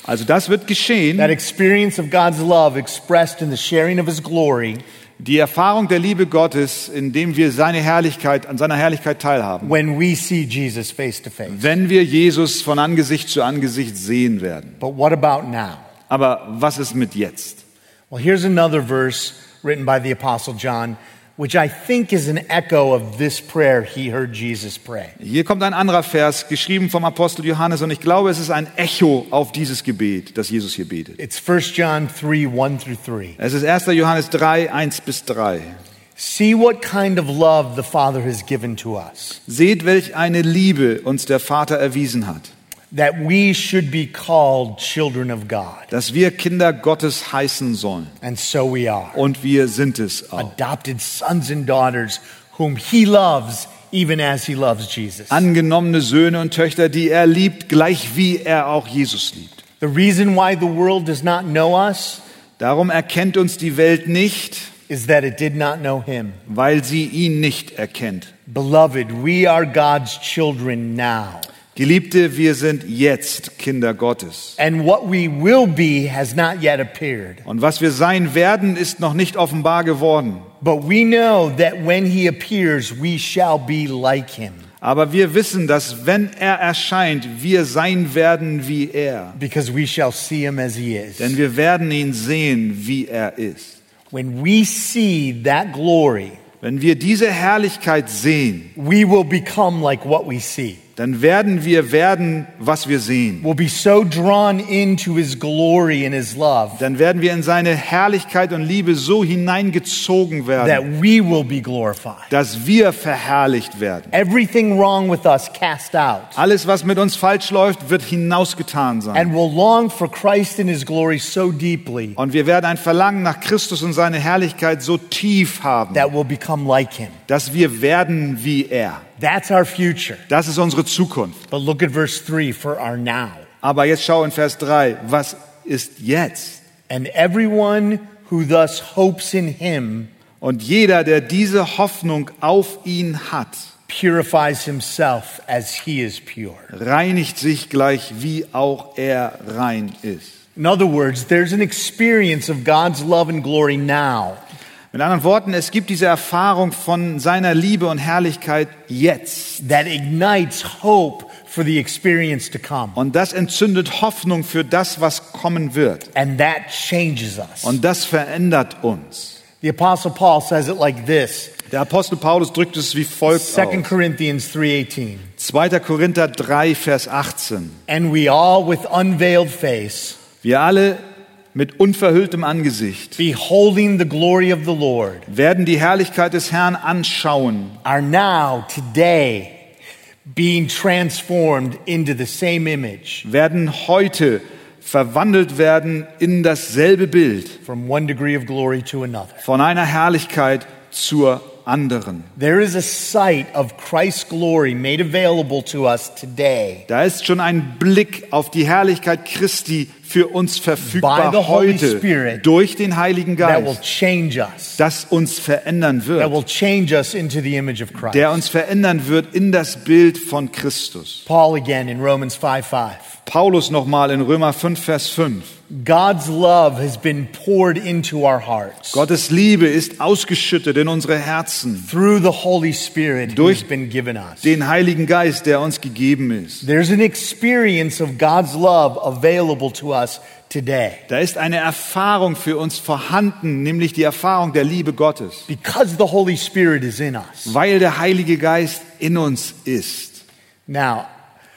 Also das wird geschehen. That experience of God's love expressed in the sharing of His glory. Die Erfahrung der Liebe Gottes, indem wir an seiner Herrlichkeit teilhaben. When we see Jesus face to face. Wenn wir Jesus von Angesicht zu Angesicht sehen werden. But what about now? Aber was ist mit jetzt? Well, here's another verse written by the Apostle John, which I think is an echo of this prayer he heard Jesus pray. Hier kommt ein anderer Vers, geschrieben vom Apostel Johannes, und ich glaube, es ist ein Echo auf dieses Gebet, das Jesus hier betet. It's 1 John 3, 1 through 3. Es ist 1. Johannes 3, 1 bis 3. See what kind of love the Father has given to us, Seht, welch eine Liebe uns der Vater erwiesen hat, that we should be called children of God. dass wir Kinder Gottes heißen sollen. And so we are. Und wir sind es auch. Adopted sons and daughters whom He loves, even as He loves Jesus. Angenommene Söhne und Töchter, die er liebt, gleich wie er auch Jesus liebt. The reason why the world does not know us Darum erkennt uns die Welt nicht, is that it did not know Him. weil sie ihn nicht erkennt. Beloved, we are God's children now. Geliebte, wir sind jetzt Kinder Gottes. And what we will be has not yet appeared. Und was wir sein werden, ist noch nicht offenbar geworden. But we know that when He appears, we shall be like Him. Aber wir wissen, dass wenn er erscheint, wir sein werden wie er. Because we shall see Him as He is. Denn wir werden ihn sehen, wie er ist. When we see that glory, Wenn wir diese Herrlichkeit sehen, we will become like what we see. dann werden, was wir sehen. We'll be so drawn into His glory and His love Dann werden wir in seine Herrlichkeit und Liebe so hineingezogen werden, that we will be glorified. dass wir verherrlicht werden. Everything wrong with us cast out. Alles, was mit uns falsch läuft, wird hinausgetan sein. And we'll long for Christ and His glory so deeply Und wir werden ein Verlangen nach Christus und seine Herrlichkeit so tief haben, that we'll become like Him. dass wir werden wie er. That's our future. Das ist unsere Zukunft. But look at verse 3 for our now. Aber jetzt schau in Vers 3, was ist jetzt? And everyone who thus hopes in Him Und jeder, der diese Hoffnung auf ihn hat, purifies himself as He is pure. reinigt sich gleich, wie auch er rein ist. In other words, there's an experience of God's love and glory now Mit anderen Worten, es gibt diese Erfahrung von seiner Liebe und Herrlichkeit jetzt. that ignites hope for the experience to come. Und das entzündet Hoffnung für das, was kommen wird. And that changes us. Und das verändert uns. The Apostle Paul says it like this. Der Apostel Paulus drückt es wie folgt 2 aus. Corinthians 3:18. 2. Korinther 3, Vers 18. And we all with unveiled face, Wir alle mit unverhülltem Angesicht beholding the glory of the Lord, werden die Herrlichkeit des Herrn anschauen, are now today being transformed into the same image werden heute verwandelt werden in dasselbe Bild, from one degree of glory to another. von einer Herrlichkeit zur anderen. There is a sight of Christ's glory made available to us today Da ist schon ein Blick auf die Herrlichkeit Christi für uns by verfügbar the Holy heute Spirit durch den Heiligen that will Geist, change us, das uns verändern that will wird, change us into the image of Christ. der uns verändern wird in das Bild von Christus. Paul again in Romans 5:5. Paulus nochmal in Römer 5, Vers 5. God's love has been poured into our hearts Gottes Liebe ist ausgeschüttet in unsere Herzen through the Holy Spirit who Durch has been given us. den Heiligen Geist, der uns gegeben ist. There's an experience of God's love available to us today Da ist eine Erfahrung für uns vorhanden, nämlich die Erfahrung der Liebe Gottes, because the Holy Spirit is in us. weil der Heilige Geist in uns ist. Now,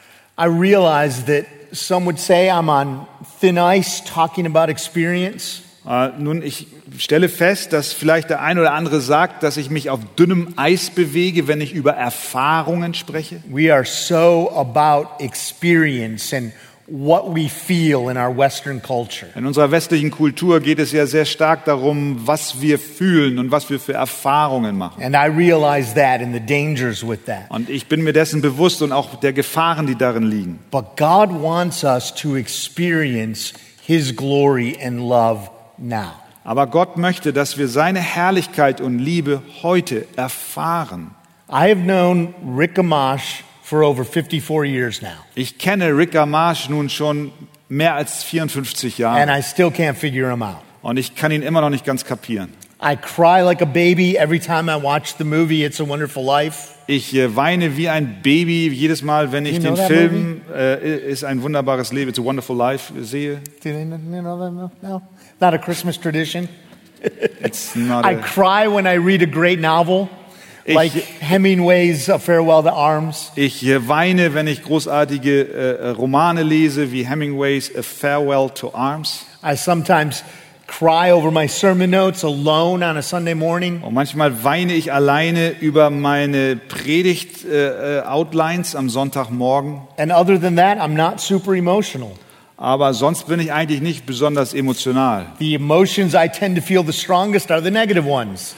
I realize that some would say I'm on thin ice talking about experience. Nun, ich stelle fest, dass vielleicht der eine oder andere sagt, dass ich mich auf dünnem Eis bewege, wenn ich über Erfahrungen spreche. We are so about experience and what we feel in our Western culture. In unserer westlichen Kultur geht es ja sehr stark darum, was wir fühlen und was wir für Erfahrungen machen. And I realize that and the dangers with that. Und ich bin mir dessen bewusst und auch der Gefahren, die darin liegen. But God wants us to experience His glory and love now. Aber Gott möchte, dass wir seine Herrlichkeit und Liebe heute erfahren. I have known Rick Amash for over 54 years now. Ich kenne Rick Amash nun schon mehr als 54 and Jahren I still can't figure him out. und ich kann ihn immer noch nicht ganz kapieren. I cry like a baby every time I watch the movie It's a Wonderful Life. Ich weine wie ein Baby jedes Mal, wenn ich You know den that Film Ist ein wunderbares Leben, It's a Wonderful Life sehe. Do you know that? No, not a Christmas tradition. It's not I a, cry when I read a great novel, like Hemingway's A Farewell to Arms. ich weine, wenn ich großartige Romane lese, wie Hemingways A Farewell to Arms. I sometimes cry over my sermon notes alone on a Sunday morning. Und manchmal weine ich alleine über meine Predigt-Outlines am Sonntagmorgen. And other than that, I'm not super emotional. Aber sonst bin ich eigentlich nicht besonders emotional. The emotions I tend to feel the strongest are the negative ones.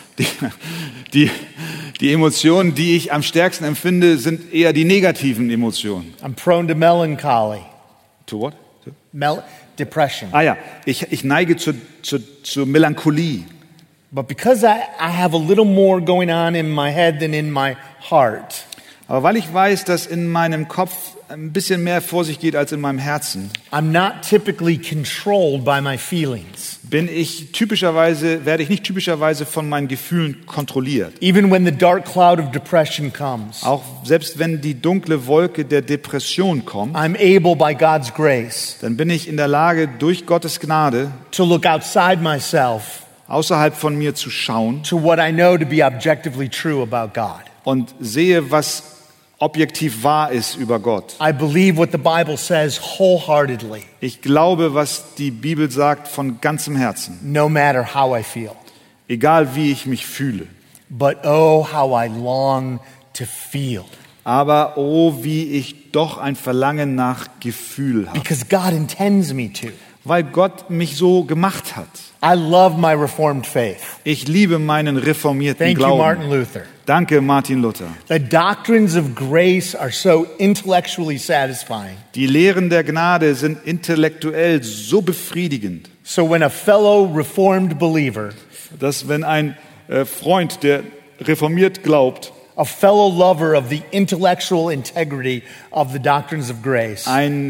Die Emotionen, die ich am stärksten empfinde, sind eher die negativen Emotionen. I'm prone to melancholy, To what? depression. Ah ja, ich neige zur Melancholie. But because I have a little more going on in my head than in my heart, Aber weil ich weiß, dass in meinem Kopf ein bisschen mehr vor sich geht als in meinem Herzen, I'm not typically controlled by my feelings. werde ich nicht typischerweise von meinen Gefühlen kontrolliert. Even when the dark cloud of depression comes, Auch selbst wenn die dunkle Wolke der Depression kommt, I'm able by God's grace dann bin ich in der Lage, durch Gottes Gnade to look outside myself außerhalb von mir zu schauen to what I know to be objectively true about God. und sehe, was objektiv wahr ist über Gott. I believe what the Bible says wholeheartedly, Ich glaube, was die Bibel sagt von ganzem Herzen, no matter how I feel. egal wie ich mich fühle. But oh, how I long to feel. Aber oh, wie ich doch ein Verlangen nach Gefühl habe, Because God intends me to. weil Gott mich so gemacht hat. I love my Reformed faith. Ich liebe meinen reformierten Thank you, Glauben. Martin Luther. Danke, Martin Luther. The doctrines of grace are so intellectually satisfying. Die Lehren der Gnade sind intellektuell so befriedigend, So when a fellow Reformed believer, dass wenn ein Freund, der reformiert glaubt, a fellow lover of the intellectual integrity of the doctrines of grace, ein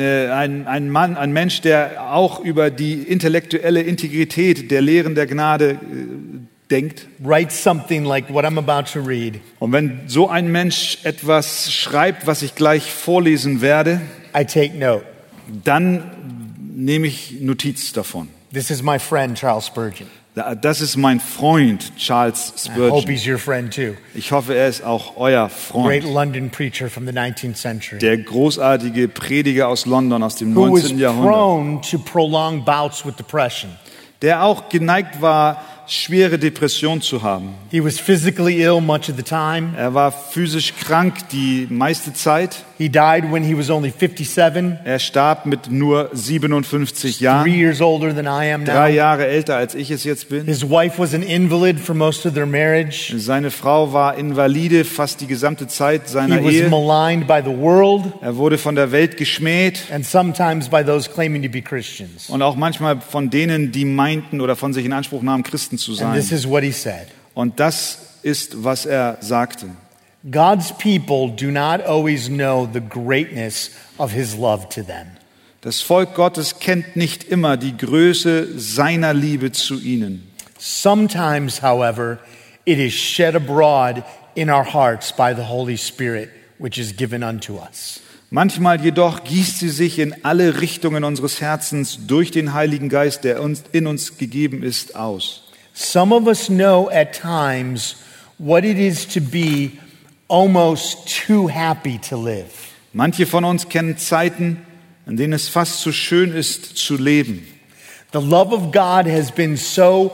Mensch, der auch über die intellektuelle Integrität der Lehren der Gnade denkt. writes something like what I'm about to read, Und wenn so ein Mensch etwas schreibt, was ich gleich vorlesen werde, I take note. dann nehme ich Notiz davon. This is my friend Charles Spurgeon. Das ist mein Freund Charles I hope Spurgeon. he's your friend too. Ich hoffe, er ist auch euer Great Freund. London preacher from the 19th century, Der großartige Prediger aus London aus dem who was 19. Jahrhundert, prone to prolonged bouts with depression. der auch geneigt war, schwere Depression zu haben. He was physically ill much of the time. Er war physisch krank die meiste Zeit. He died when he was only 57, Er starb mit nur 57 3 Jahren, years older than I am 3 now. Jahre älter als ich es jetzt bin. His wife was an invalid for most of their marriage. Seine Frau war Invalide fast die gesamte Zeit seiner He was Ehe. maligned by the world Er wurde von der Welt geschmäht and sometimes by those claiming to be Christians. und auch manchmal von denen, die meinten oder von sich in Anspruch nahmen, Christen zu And sein. this is what he said. Und das ist, was er sagte. God's people do not always know the greatness of his love to them. Das Volk Gottes kennt nicht immer die Größe seiner Liebe zu ihnen. Sometimes, however, it is shed abroad in our hearts by the Holy Spirit, which is given unto us. Manchmal jedoch gießt sie sich in alle Richtungen unseres Herzens durch den Heiligen Geist, der uns in uns gegeben ist, aus. Some of us know at times what it is to be almost too happy to live. Manche von uns kennen Zeiten, in denen es fast zu schön ist, zu leben. The love of God has been so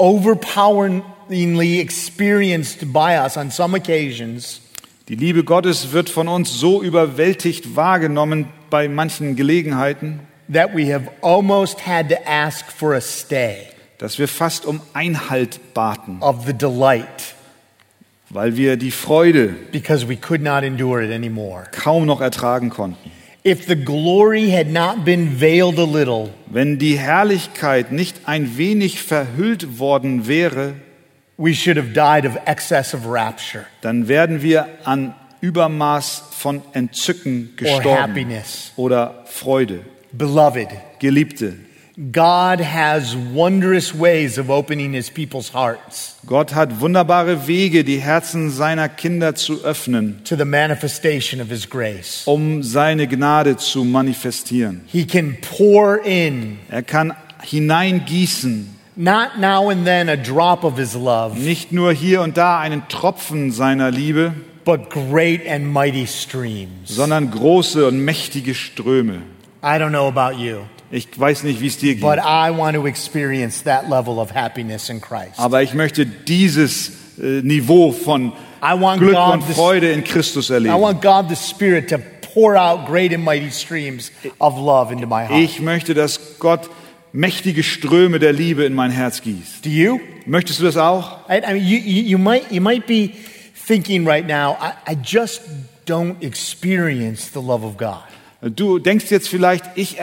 overpoweringly experienced by us on some occasions Die Liebe Gottes wird von uns so überwältigt wahrgenommen bei manchen Gelegenheiten, that we have almost had to ask for a stay dass wir fast um Einhalt baten, of the delight weil wir die Freude because we could not endure it anymore. kaum noch ertragen konnten. If the glory had not been veiled a little, Wenn die Herrlichkeit nicht ein wenig verhüllt worden wäre, we should have died of excess of rapture dann werden wir an Übermaß von Entzücken or gestorben happiness. oder Freude. Beloved, Geliebte, God has wondrous ways of opening his people's hearts Gott hat wunderbare Wege, die Herzen seiner Kinder zu öffnen, to the manifestation of his grace. um seine Gnade zu manifestieren. He can pour in, Er kann hineingießen, not now and then a drop of his love, nicht nur hier und da einen Tropfen seiner Liebe, but great and mighty streams. sondern große und mächtige Ströme. I don't know about you, Ich weiß nicht, wie es dir but geht, I want to experience that level of happiness in Christ. aber ich möchte dieses Niveau von I want Glück God und to- Freude in Christus I erleben. want God the Spirit to pour out great and mighty streams of love into my heart. Ich möchte, dass Gott mächtige Ströme der Liebe in mein Herz gießt. Do you? Möchtest du das auch? I mean, you might be thinking right now, I just don't experience the love of God. Du denkst jetzt vielleicht, ich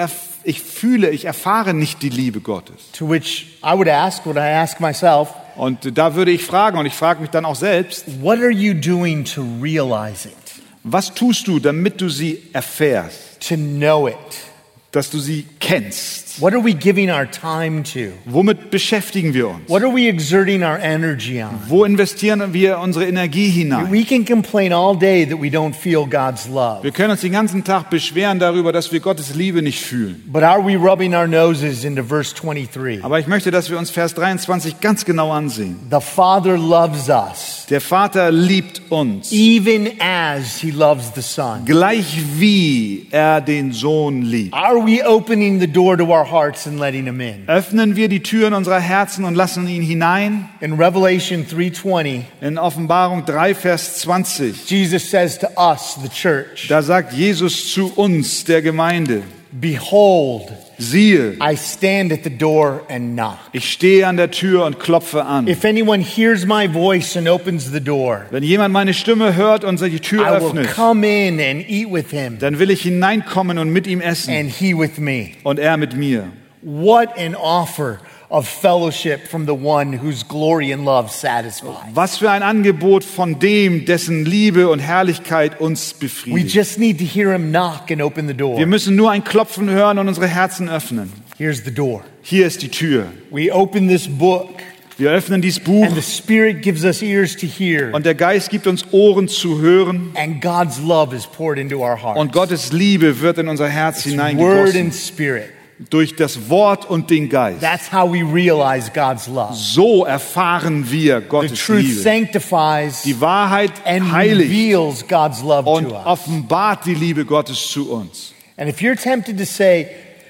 erfahre nicht die Liebe Gottes. To which I would ask, what I ask myself, Und da würde ich fragen, und ich frage mich dann auch selbst, what are you doing to realize it, was tust du, damit du sie erfährst, to know it? dass du sie kennst? What are we giving our time to? Womit beschäftigen wir uns? What are we exerting our energy on? Wo investieren wir unsere Energie hinein? We can complain all day that we don't feel God's love. Wir können uns den ganzen Tag beschweren darüber, dass wir Gottes Liebe nicht fühlen. But are we rubbing our noses into verse 23? Aber ich möchte, dass wir uns Vers 23 ganz genau ansehen. The Father loves us, Der Vater liebt uns, even as he loves the Son. gleich wie er den Sohn liebt. Are we opening the door to our hearts and letting him in? Öffnen wir die Türen unserer Herzen und lassen ihn hinein? In Revelation 3:20, In Offenbarung 3, Vers 20, Jesus says to us, the church, da sagt Jesus zu uns, der Gemeinde, behold, siehe, I stand at the door and knock. ich stehe an der Tür und klopfe an. If anyone hears my voice and opens the door, Wenn jemand meine Stimme hört und die Tür I will öffnet, come in and eat with him dann will ich hineinkommen und mit ihm essen and he with me. und er mit mir. What an offer of fellowship from the one whose glory and love satisfy. Was für ein Angebot von dem, dessen Liebe und Herrlichkeit uns We befriedigt. just need to hear him knock and open the Wir door. müssen nur ein Klopfen hören und unsere Herzen öffnen. Here's the door. Hier ist die Tür. We open this book Wir öffnen dieses Buch and the Spirit gives us ears to hear und der Geist gibt uns Ohren zu hören and God's love is poured into our hearts. und Gottes Liebe wird in unser Herz Word hineingegossen and Spirit. durch das Wort und den Geist. That's how we realize God's love. So erfahren wir The Gottes truth Liebe. sanctifies Die Wahrheit and heiligt reveals God's love und to us. offenbart die Liebe Gottes zu uns. And if you're tempted to say,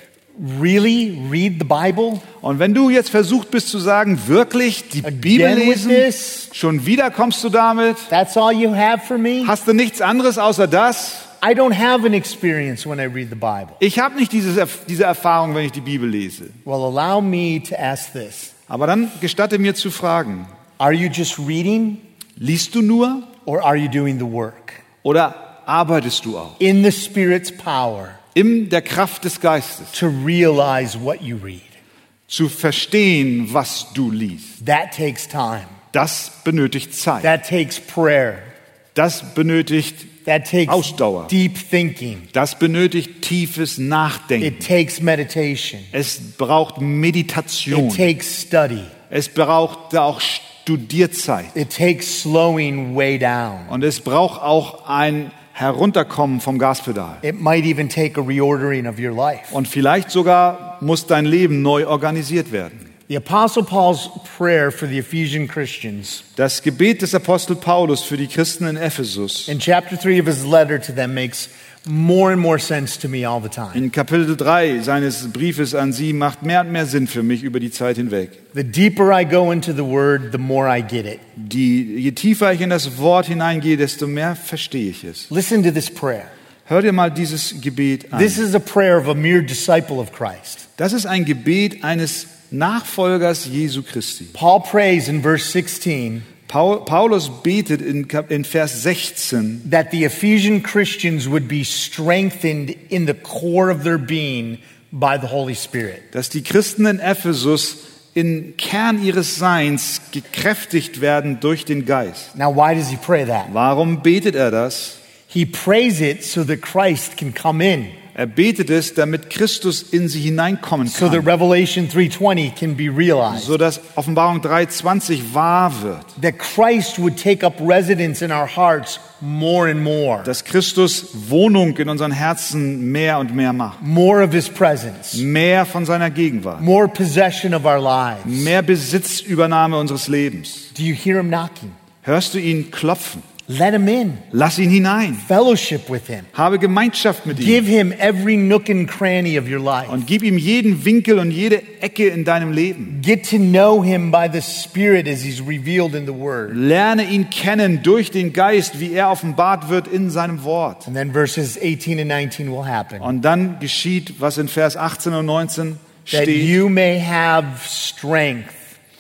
really read the Bible? Und wenn du jetzt versucht bist zu sagen, wirklich die Bibel Again with lesen, this? schon wieder kommst du damit, That's all you have for me? hast du nichts anderes außer das? I don't have an experience when I read the Bible. Ich habe nicht diese Erfahrung, wenn ich die Bibel lese. Well, allow me to ask this. Aber dann gestatte mir zu fragen, Are you just reading liest du nur or are you doing the work? oder arbeitest du auch? In the Spirit's power In der Kraft des Geistes to realize what you read. zu verstehen, was du liest. That takes time. Das benötigt Zeit. That takes prayer. Das benötigt That takes Ausdauer. deep thinking. Das benötigt tiefes Nachdenken. It takes meditation. Es braucht Meditation. It takes study. Es braucht auch Studierzeit. It takes slowing way down. Und es braucht auch ein Herunterkommen vom Gaspedal. It might even take a reordering of your life. Und vielleicht sogar muss dein Leben neu organisiert werden. The Apostle Paul's prayer for the Ephesian Christians Das Gebet des Apostel Paulus für die Christen in Ephesus in chapter 3 of his letter to them makes more and more sense to me all the time. in Kapitel 3 seines Briefes an sie macht mehr und mehr Sinn für mich über die Zeit hinweg. The deeper I go into the word, the more I get it. Je tiefer ich in das Wort hineingehe, desto mehr verstehe ich es. Listen to this prayer. Hör dir mal dieses Gebet an. This is a prayer of a mere disciple of Christ. Das ist ein Gebet eines Nachfolgers Jesu Christi. Paul prays in verse 16 Paulus betet in Vers 16, that the Ephesian Christians would be strengthened in the core of their being by the Holy Spirit. dass die Christen in Ephesus im Kern ihres Seins gekräftigt werden durch den Geist. Now, why does he pray that? Warum betet er das? He prays it so that Christ can come in. Er betet es, damit Christus in sie hineinkommen so that kann, Revelation 3:20 can be realized. sodass Offenbarung 3,20 wahr wird. That Christ would take up residence in our hearts more and more. Dass Christus Wohnung in unseren Herzen mehr und mehr macht. More of his presence. Mehr von seiner Gegenwart. More possession of our lives. Mehr Besitzübernahme unseres Lebens. Do you hear him knocking? Hörst du ihn klopfen? Let him in. Lass ihn hinein. Fellowship with him. Habe Gemeinschaft mit ihm. Give him every nook and cranny of your life. Und gib ihm jeden Winkel und jede Ecke in deinem Leben. Get to know him by the Spirit as he's revealed in the Word. Lerne ihn kennen durch den Geist, wie er offenbart wird in seinem Wort. And then verses 18 and 19 will happen. Und dann geschieht, was in Vers 18 und 19 That steht, you may have strength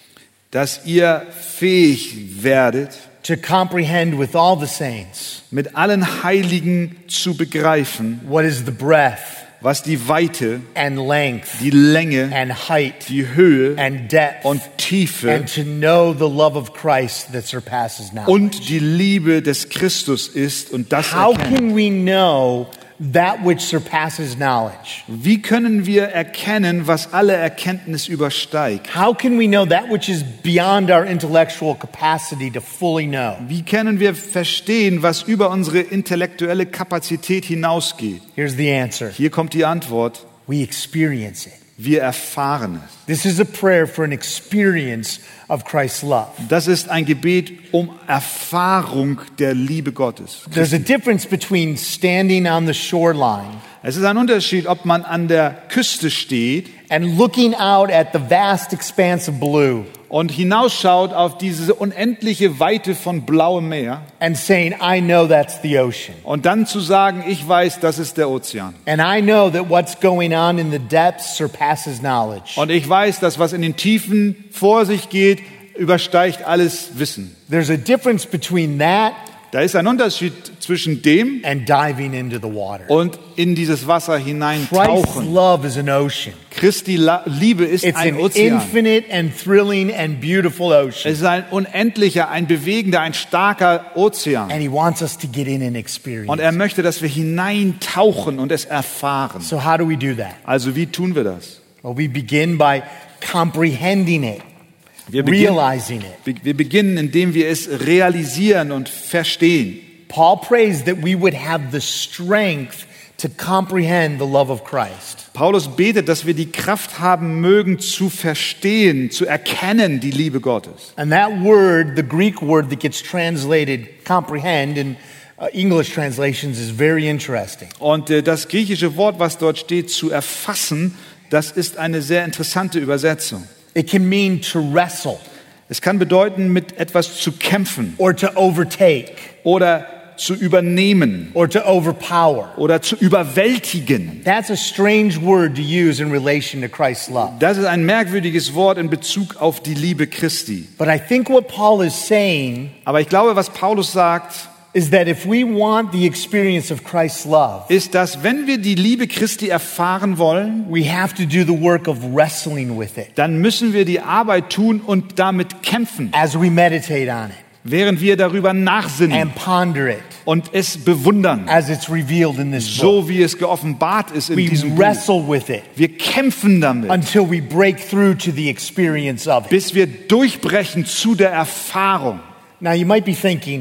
dass ihr fähig werdet, to comprehend with all the saints mit allen Heiligen zu begreifen, what is the breadth was die Weite, and length die Länge, and height die Höhe and depth und Tiefe and to know the love of Christ that surpasses knowledge. und die Liebe des Christus ist und das How erkennen. can we know that which surpasses knowledge? Wie können wir erkennen, was alle Erkenntnis übersteigt? How can we know that which is beyond our intellectual capacity to fully know? Wie können wir verstehen, was über unsere intellektuelle Kapazität hinausgeht? Here's the answer. Hier kommt die Antwort. We experience it. Wir erfahren es. This is a prayer for an experience of Christ's love. Das ist ein Gebet um Erfahrung der Liebe Gottes. There's a difference between standing on the shoreline Es ist ein Unterschied, ob man an der Küste steht and looking out at the vast expanse of blue und hinausschaut auf diese unendliche Weite von blauem Meer and saying, I know that's the ocean. und dann zu sagen, ich weiß, das ist der Ozean. And I know that what's going on in the depths surpasses knowledge. Und ich weiß, dass was in den Tiefen vor sich geht, übersteigt alles Wissen. There's a difference between that Da ist ein Unterschied zwischen dem and diving into the water. und in dieses Wasser Christ's hineintauchen. love is an ocean. Christi Liebe ist It's ein an Ozean. infinite and thrilling and beautiful ocean. Es ist ein unendlicher, ein bewegender, ein starker Ozean. And he wants us to get in and experience. Und er möchte, dass wir hineintauchen und es erfahren. So how do we do that? Also wie tun wir das? Well, we begin by comprehending it, Wir realizing it. beginnen, indem wir es realisieren und verstehen. Paul prays that we would have the strength to comprehend the love of Christ. Paulus betet, dass wir die Kraft haben mögen, zu verstehen, zu erkennen die Liebe Gottes. And that word, the Greek word that gets translated comprehend in English translations is very interesting. Und das griechische Wort, was dort steht, zu erfassen, das ist eine sehr interessante Übersetzung. It can mean to wrestle Es kann bedeuten, mit etwas zu kämpfen or to overtake oder zu übernehmen or to overpower. oder zu überwältigen. That's a strange word to use in relation to Christ's love. Das ist ein merkwürdiges Wort in Bezug auf die Liebe Christi. But I think what Paul is saying Aber ich glaube, was Paulus sagt, is that if we want the experience of Christ's love, ist, dass wenn wir die Liebe Christi erfahren wollen, we have to do the work of wrestling with it dann müssen wir die Arbeit tun und damit kämpfen, as we meditate on it während wir darüber nachsinnen and ponder it und es bewundern, as it's revealed in this book. so wie es geoffenbart ist in We diesem Buch. wrestle with it Wir kämpfen damit, until we break through to the experience of it. bis wir durchbrechen zu der Erfahrung. Now you might be thinking,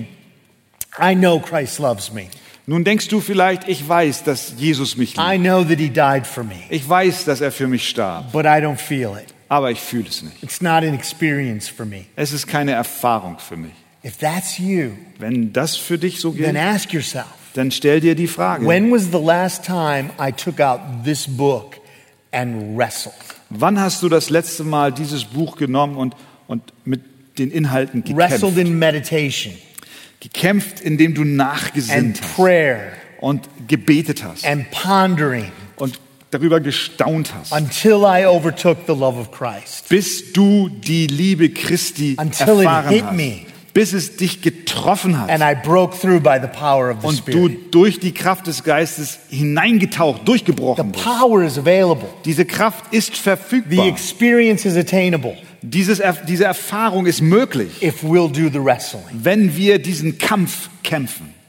I know Christ loves me. Nun denkst du vielleicht, ich weiß, dass Jesus mich I liebt. know that he died for me, Ich weiß, dass er für mich starb, but I don't feel it. aber ich fühle es nicht. It's not an experience for me. Es ist keine Erfahrung für mich. If that's you, Wenn das für dich so then gilt, ask yourself, dann stell dir die Frage, when was the last time I took out this book and wrestled? wann hast du das letzte Mal dieses Buch genommen und mit den Inhalten Wrestled gekämpft? in meditation Gekämpft, indem du and nachgesinnt hast prayer und gebetet hast and pondering und darüber gestaunt hast, until I overtook the love of Christ. bis du die Liebe Christi Until it erfahren hit hast, me. bis es dich getroffen hat And I broke through by the power of the und du Spirit. durch die Kraft des Geistes hineingetaucht, The durchgebrochen bist. power is available. Diese Kraft ist The verfügbar. experience is attainable Diese Erfahrung ist möglich, if we'll do the wrestling. wenn wir diesen Kampf kämpfen.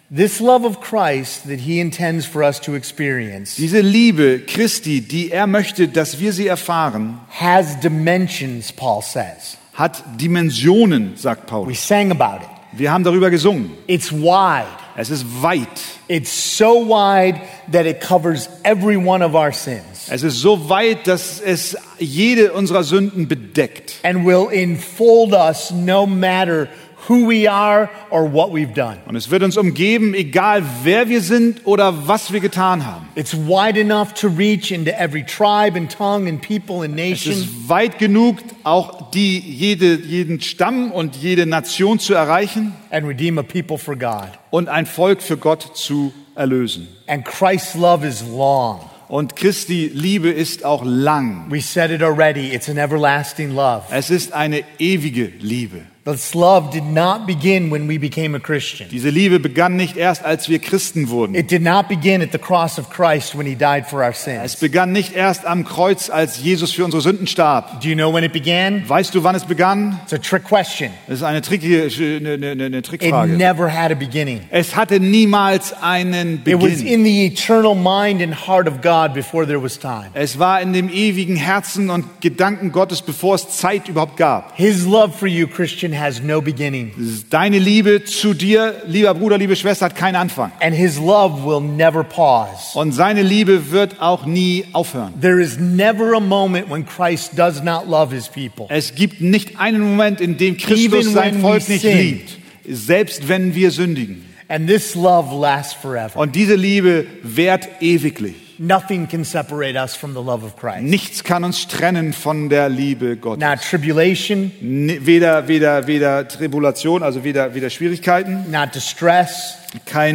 This love of Christ that he intends for us to experience Diese Liebe Christi, die er möchte, dass wir sie erfahren, has dimensions, Paul says. hat Dimensionen, sagt We Paulus. sang about it. Wir haben darüber gesungen. It's wide. Es ist weit. It's so wide that it covers every one of our sins Es ist so weit, dass es jede unserer Sünden bedeckt. and will enfold us no matter who we are or what we've done. Und es wird uns umgeben, egal wer wir sind oder was wir getan haben. It's wide enough to reach into every tribe and tongue and people and Es nation. ist weit genug, auch jeden Stamm und jede Nation zu erreichen And redeem a people for God. und ein Volk für Gott zu erlösen. And Christ's love is long. Und Christi Liebe ist auch lang. We said it already. It's an everlasting love. Es ist eine ewige Liebe. This love did not begin when we became a Christian. Diese Liebe begann nicht erst, als wir Christen wurden. It did not begin at the cross of Christ when he died for our Es sins. begann nicht erst am Kreuz, als Jesus für unsere Sünden starb. Do you know when it began? Weißt du, wann es begann? It's a trick question. Das ist eine It Trickfrage. never had a beginning. Es hatte niemals einen It was Beginn. in the eternal mind and heart of God before there was time. Es war in dem ewigen Herzen und Gedanken Gottes, bevor es Zeit überhaupt gab. His love for you, Christian, has no beginning. Deine Liebe zu dir, lieber Bruder, liebe Schwester, hat keinen Anfang. And his love will never pause. Und seine Liebe wird auch nie aufhören. There is never a moment when Christ does not love his people. Es gibt nicht einen Moment, in dem Christus Even sein when Volk we nicht sin. liebt, selbst wenn wir sündigen. And this love lasts forever. Und diese Liebe währt ewiglich. Nothing can separate us from the love of Christ. Nichts kann uns trennen von der Liebe Gottes. Not tribulation, Weder Tribulation, also weder Schwierigkeiten, not distress, kein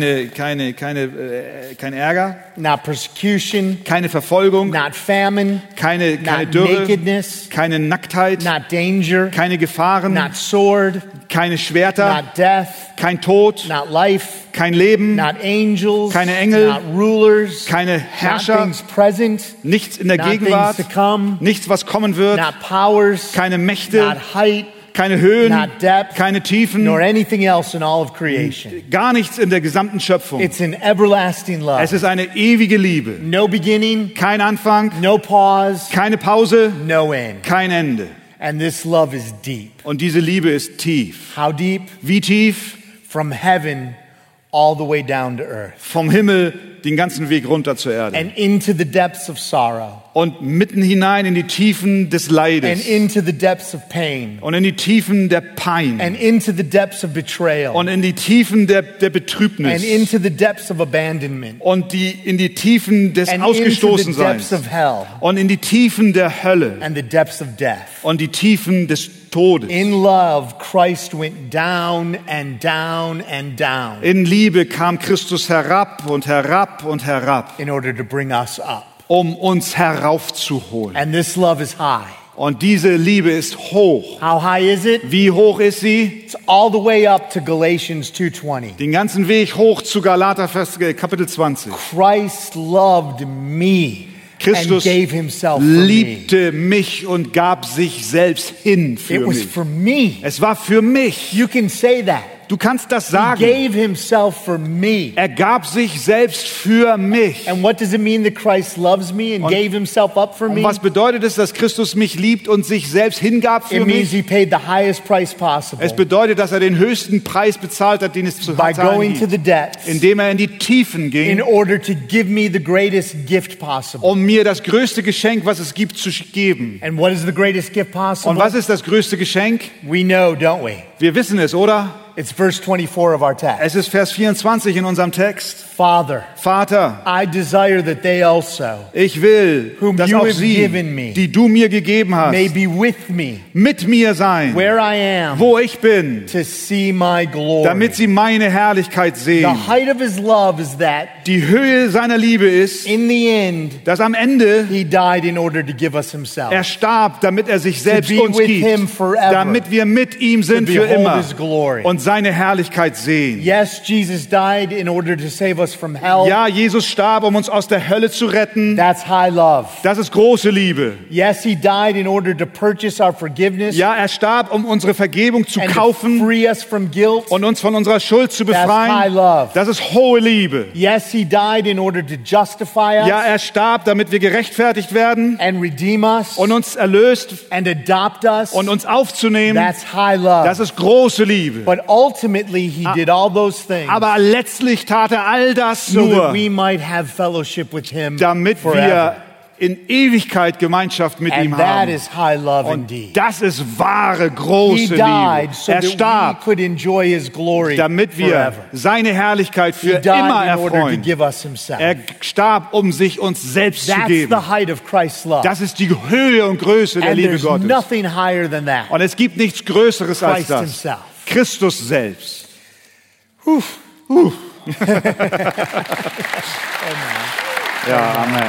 Ärger, not persecution, keine Verfolgung, not famine, keine not Dürre, nakedness, keine Nacktheit, not danger, keine Gefahren, not sword, keine Schwerter, not death, kein Tod, not life, kein Leben, not angels, keine Engel, not rulers, keine not Herrscher, things present, nichts in der not Gegenwart, things to come, nichts, was kommen wird, not powers, keine Mächte, not height, keine Höhen, not depth, keine Tiefen, nor anything else in all of creation. gar nichts in der gesamten Schöpfung. It's an everlasting Es love. ist eine ewige Liebe. No beginning, Kein Anfang, no pause, keine Pause, no end. kein Ende. And this love is deep. Und diese Liebe ist tief. How deep? Wie tief? From heaven all the way down to earth Vom Himmel den ganzen Weg runter zur Erde. and into the depths of sorrow Und mitten hinein in die Tiefen des and Leides. into the depths of pain Und in die Tiefen der Pein. and into the depths of betrayal Und in die Tiefen der and Betrübnis. into the depths of abandonment Und in die Tiefen des and into the depths Ausgestoßenseins. of hell Und in die Tiefen der Hölle. and the depths of death. Und die Tiefen des Todes. In love, Christ went down and down and down In Liebe kam Christus herab und herab und herab, in order to bring us up. um uns heraufzuholen. And this love is high. Und diese Liebe ist hoch. How high is it? Wie hoch ist sie? It's all the way up to Galatians 2:20. Den ganzen Weg hoch zu Galater Kapitel 20. Christ loved me Christus and gave himself for me. liebte mich und gab sich selbst hin für It was mich. for me. Es war für mich. You can say that. Du kannst das He sagen. gave himself for me. Er gab sich selbst für mich. And what does it mean that Christ loves me and gave himself up for Und me? was bedeutet es, dass Christus mich liebt und sich selbst hingab für It means mich? he paid the highest price possible Es bedeutet, dass er den höchsten Preis bezahlt hat, den es zu by zahlen going to gibt, the depths indem er in die Tiefen in ging, order to give me the greatest gift possible. um mir das größte Geschenk, was es gibt, zu geben. And what is the greatest gift possible? Und was ist das größte Geschenk? We know, don't we? Wir wissen es, oder? It's verse 24 of our text. Es ist Vers 24 in unserem Text. Father, Vater, I desire that they also ich will, Whom dass you auch have sie, given me, die du mir gegeben may hast, be with me mit mir sein, where I am wo ich bin, to see my glory. damit sie meine Herrlichkeit The sehen. height of his love is that Die Höhe seiner Liebe ist, in the end, dass am Ende he died in order to give us himself. er starb, damit er sich selbst be uns with gibt, him forever. damit wir mit ihm sind To für behold immer his glory. und seine Herrlichkeit sehen. Yes, Jesus died in order to save us from hell. Ja, Jesus starb, um uns aus der Hölle zu retten. That's high love. Das ist große Liebe. Yes, he died in order to purchase our forgiveness Ja, er starb, um unsere Vergebung zu and to kaufen free us from guilt. und uns von unserer Schuld zu That's high befreien. love. Das ist hohe Liebe. Yes, he died in order to justify us Ja, er starb, damit wir gerechtfertigt werden and redeem us und uns erlöst and adopt us. und uns aufzunehmen. That's high love. Das ist große Liebe. But ultimately, he did all those things Aber letztlich tat er all das so that nur, we might have fellowship with him damit forever. wir in Ewigkeit Gemeinschaft mit ihm And that haben. is high love Und indeed. das ist wahre, He große Liebe. died so Er that we starb, could enjoy his glory damit wir forever. seine Herrlichkeit He für died immer in order to erfreuen. give us himself. Er starb, um sich uns selbst zu That's geben. the height of Christ's love. Das ist die Höhe und Größe der And Liebe there's Gottes. nothing higher than that. Und es gibt nichts Größeres als Christ das. himself. Christus selbst. Ja, Amen.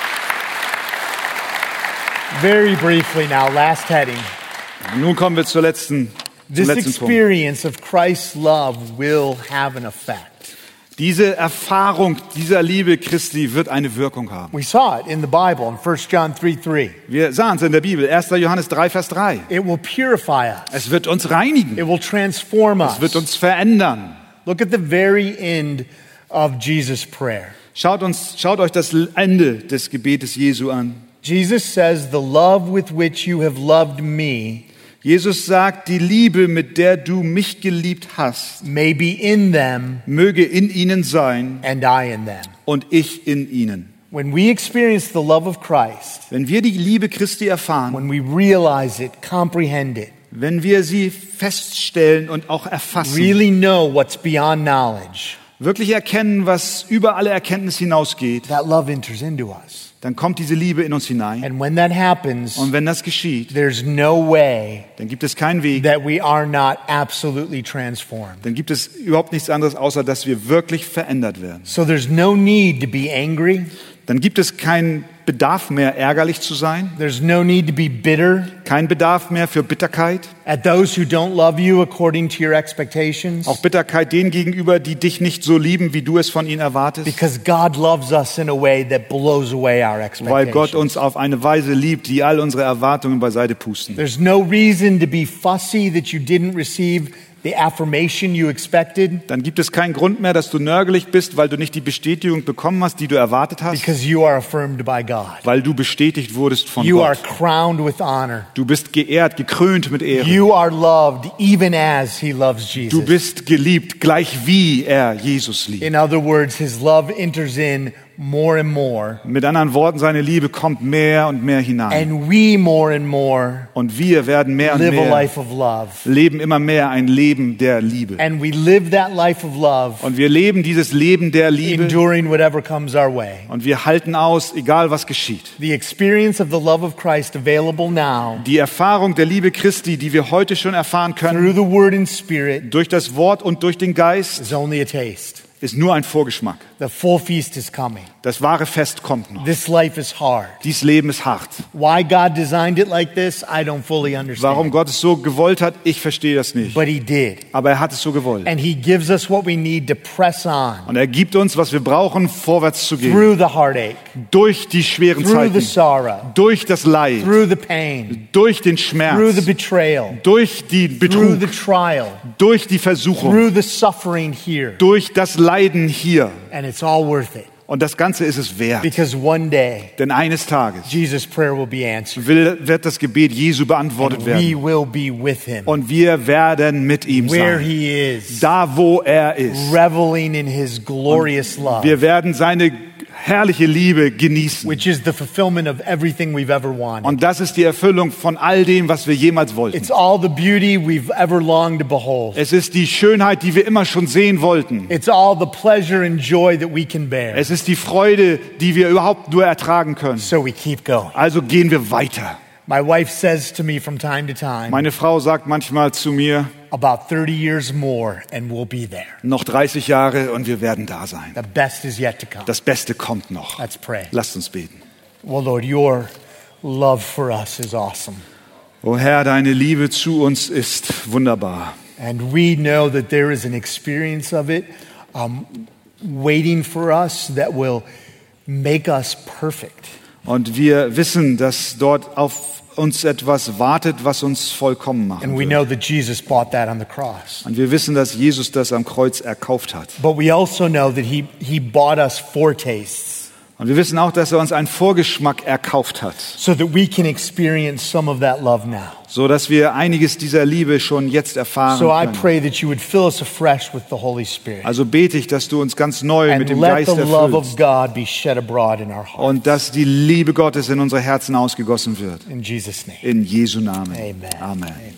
Very briefly now, last heading. Und nun kommen wir zum letzten This Punkt. experience of Christ's love will have an effect. Diese Erfahrung dieser Liebe Christi wird eine Wirkung haben. We saw it in the Bible in 1 John 3:3. Wir sahen es in der Bibel, 1. Johannes 3, Vers 3. It will purify us. Es wird uns reinigen. It will transform us. Es wird uns verändern. Look at the very end of Jesus' prayer. Schaut euch das Ende des Gebetes Jesu an. Jesus says, "The love with which you have loved me Jesus sagt, die Liebe, mit der du mich geliebt hast, may be in them möge in ihnen sein and I in them." und ich in ihnen. When we experience the love of Christ, Wenn wir die Liebe Christi erfahren, when we realize it, comprehend it, wenn wir sie feststellen und auch erfassen, really know what's beyond knowledge, wirklich erkennen, was über alle Erkenntnis hinausgeht, that love enters into us. dann kommt diese Liebe in uns hinein. And when that happens, Und wenn das geschieht, there's no way dann gibt es keinen Weg, that we are not absolutely transformed. dann gibt es überhaupt nichts anderes, außer dass wir wirklich verändert werden. So there's no need to be angry. Dann gibt es keinen Bedarf mehr, ärgerlich zu sein, There's no need to be bitter keinen Bedarf mehr für Bitterkeit, at those who don't love you according to your expectations. auch Bitterkeit denen gegenüber, die dich nicht so lieben, wie du es von ihnen erwartest, Because God loves us in a way that blows away our weil Gott expectations. uns auf eine Weise liebt, die all unsere Erwartungen beiseite pusten. There's no reason to be fussy that you didn't receive the affirmation you expected, Dann gibt es keinen Grund mehr, dass du nörgelig bist, weil du nicht die Bestätigung bekommen hast, die du erwartet hast, because you are affirmed by God. weil du bestätigt wurdest von You are Gott. crowned with honor. Du bist geehrt, gekrönt mit Ehre. You are loved even as he loves Du Jesus. bist geliebt, gleich wie er Jesus liebt. In other words, his love enters in more and more, Mit anderen Worten, seine Liebe kommt mehr und mehr hinein. and we more and more Und wir werden mehr und live a mehr life of love. leben immer mehr ein Leben der Liebe. And we live that life of love, Und wir leben dieses Leben der Liebe enduring whatever comes our way. und wir halten aus, egal was geschieht. The experience of the love of Christ available now Die Erfahrung der Liebe Christi, die wir heute schon erfahren können, through the Word and Spirit durch das Wort und durch den Geist, is only a taste. ist nur ein Vorgeschmack. The full feast is coming. Das wahre Fest kommt noch. This life is hard. Dies Leben ist hart. Why God designed it like this, I don't fully understand. Warum Gott es so gewollt hat, ich verstehe das nicht. But he did. Aber er hat es so gewollt. And he gives us what we need to press on Und er gibt uns, was wir brauchen, vorwärts zu gehen. through the heartache, Durch die schweren through the Zeiten, sorrow, durch das Leid, through the pain, durch den through the Schmerz, betrayal, durch den through the Betrug, trial, durch die Versuchung, through the suffering here. durch das Leiden hier. And it's all worth it. Und das Ganze ist es wert. Because one day, Denn eines Tages Jesus' prayer will be answered. wird das Gebet Jesu beantwortet We werden. will be with him. Und wir werden mit ihm Where sein. he is, Da, wo er ist. reveling in his glorious love, Wir werden seine herrliche Liebe genießen. which is the fulfillment of everything we've ever wanted. Und das ist die Erfüllung von all dem, was wir jemals wollten. It's all the beauty we've ever longed to behold. Es ist die Schönheit, die wir immer schon sehen wollten. It's all the pleasure and joy that we can bear. Es ist die Freude, die wir überhaupt nur ertragen können. So we keep going. Also gehen wir weiter. My wife says to me from time to time, Meine Frau sagt manchmal zu mir, about 30 years more and we'll be there. noch 30 Jahre und wir werden da sein. The best is yet to come. Das Beste kommt noch. Let's pray. Lasst uns beten. Well, Lord, your love for us is awesome. O Herr, deine Liebe zu uns ist wunderbar. And we know that there is an experience of it waiting for us that will make us perfect. Und wir wissen, dass dort auf uns etwas wartet, was uns vollkommen macht. And we know that Jesus bought that on the cross. Und wir wissen, dass Jesus das am Kreuz erkauft hat. But we also know that he bought us foretastes Und wir wissen auch, dass er uns einen Vorgeschmack erkauft hat, so that we can experience some of that love now. so dass wir einiges dieser Liebe schon jetzt erfahren So I können. pray that you would fill us afresh with the Holy Spirit. Also bete ich, dass du uns ganz neu mit And dem let Geist the love of erfüllst God be shed abroad in our hearts. und dass die Liebe Gottes in unsere Herzen ausgegossen wird. In Jesus' name. In Jesu Namen. Amen. Amen.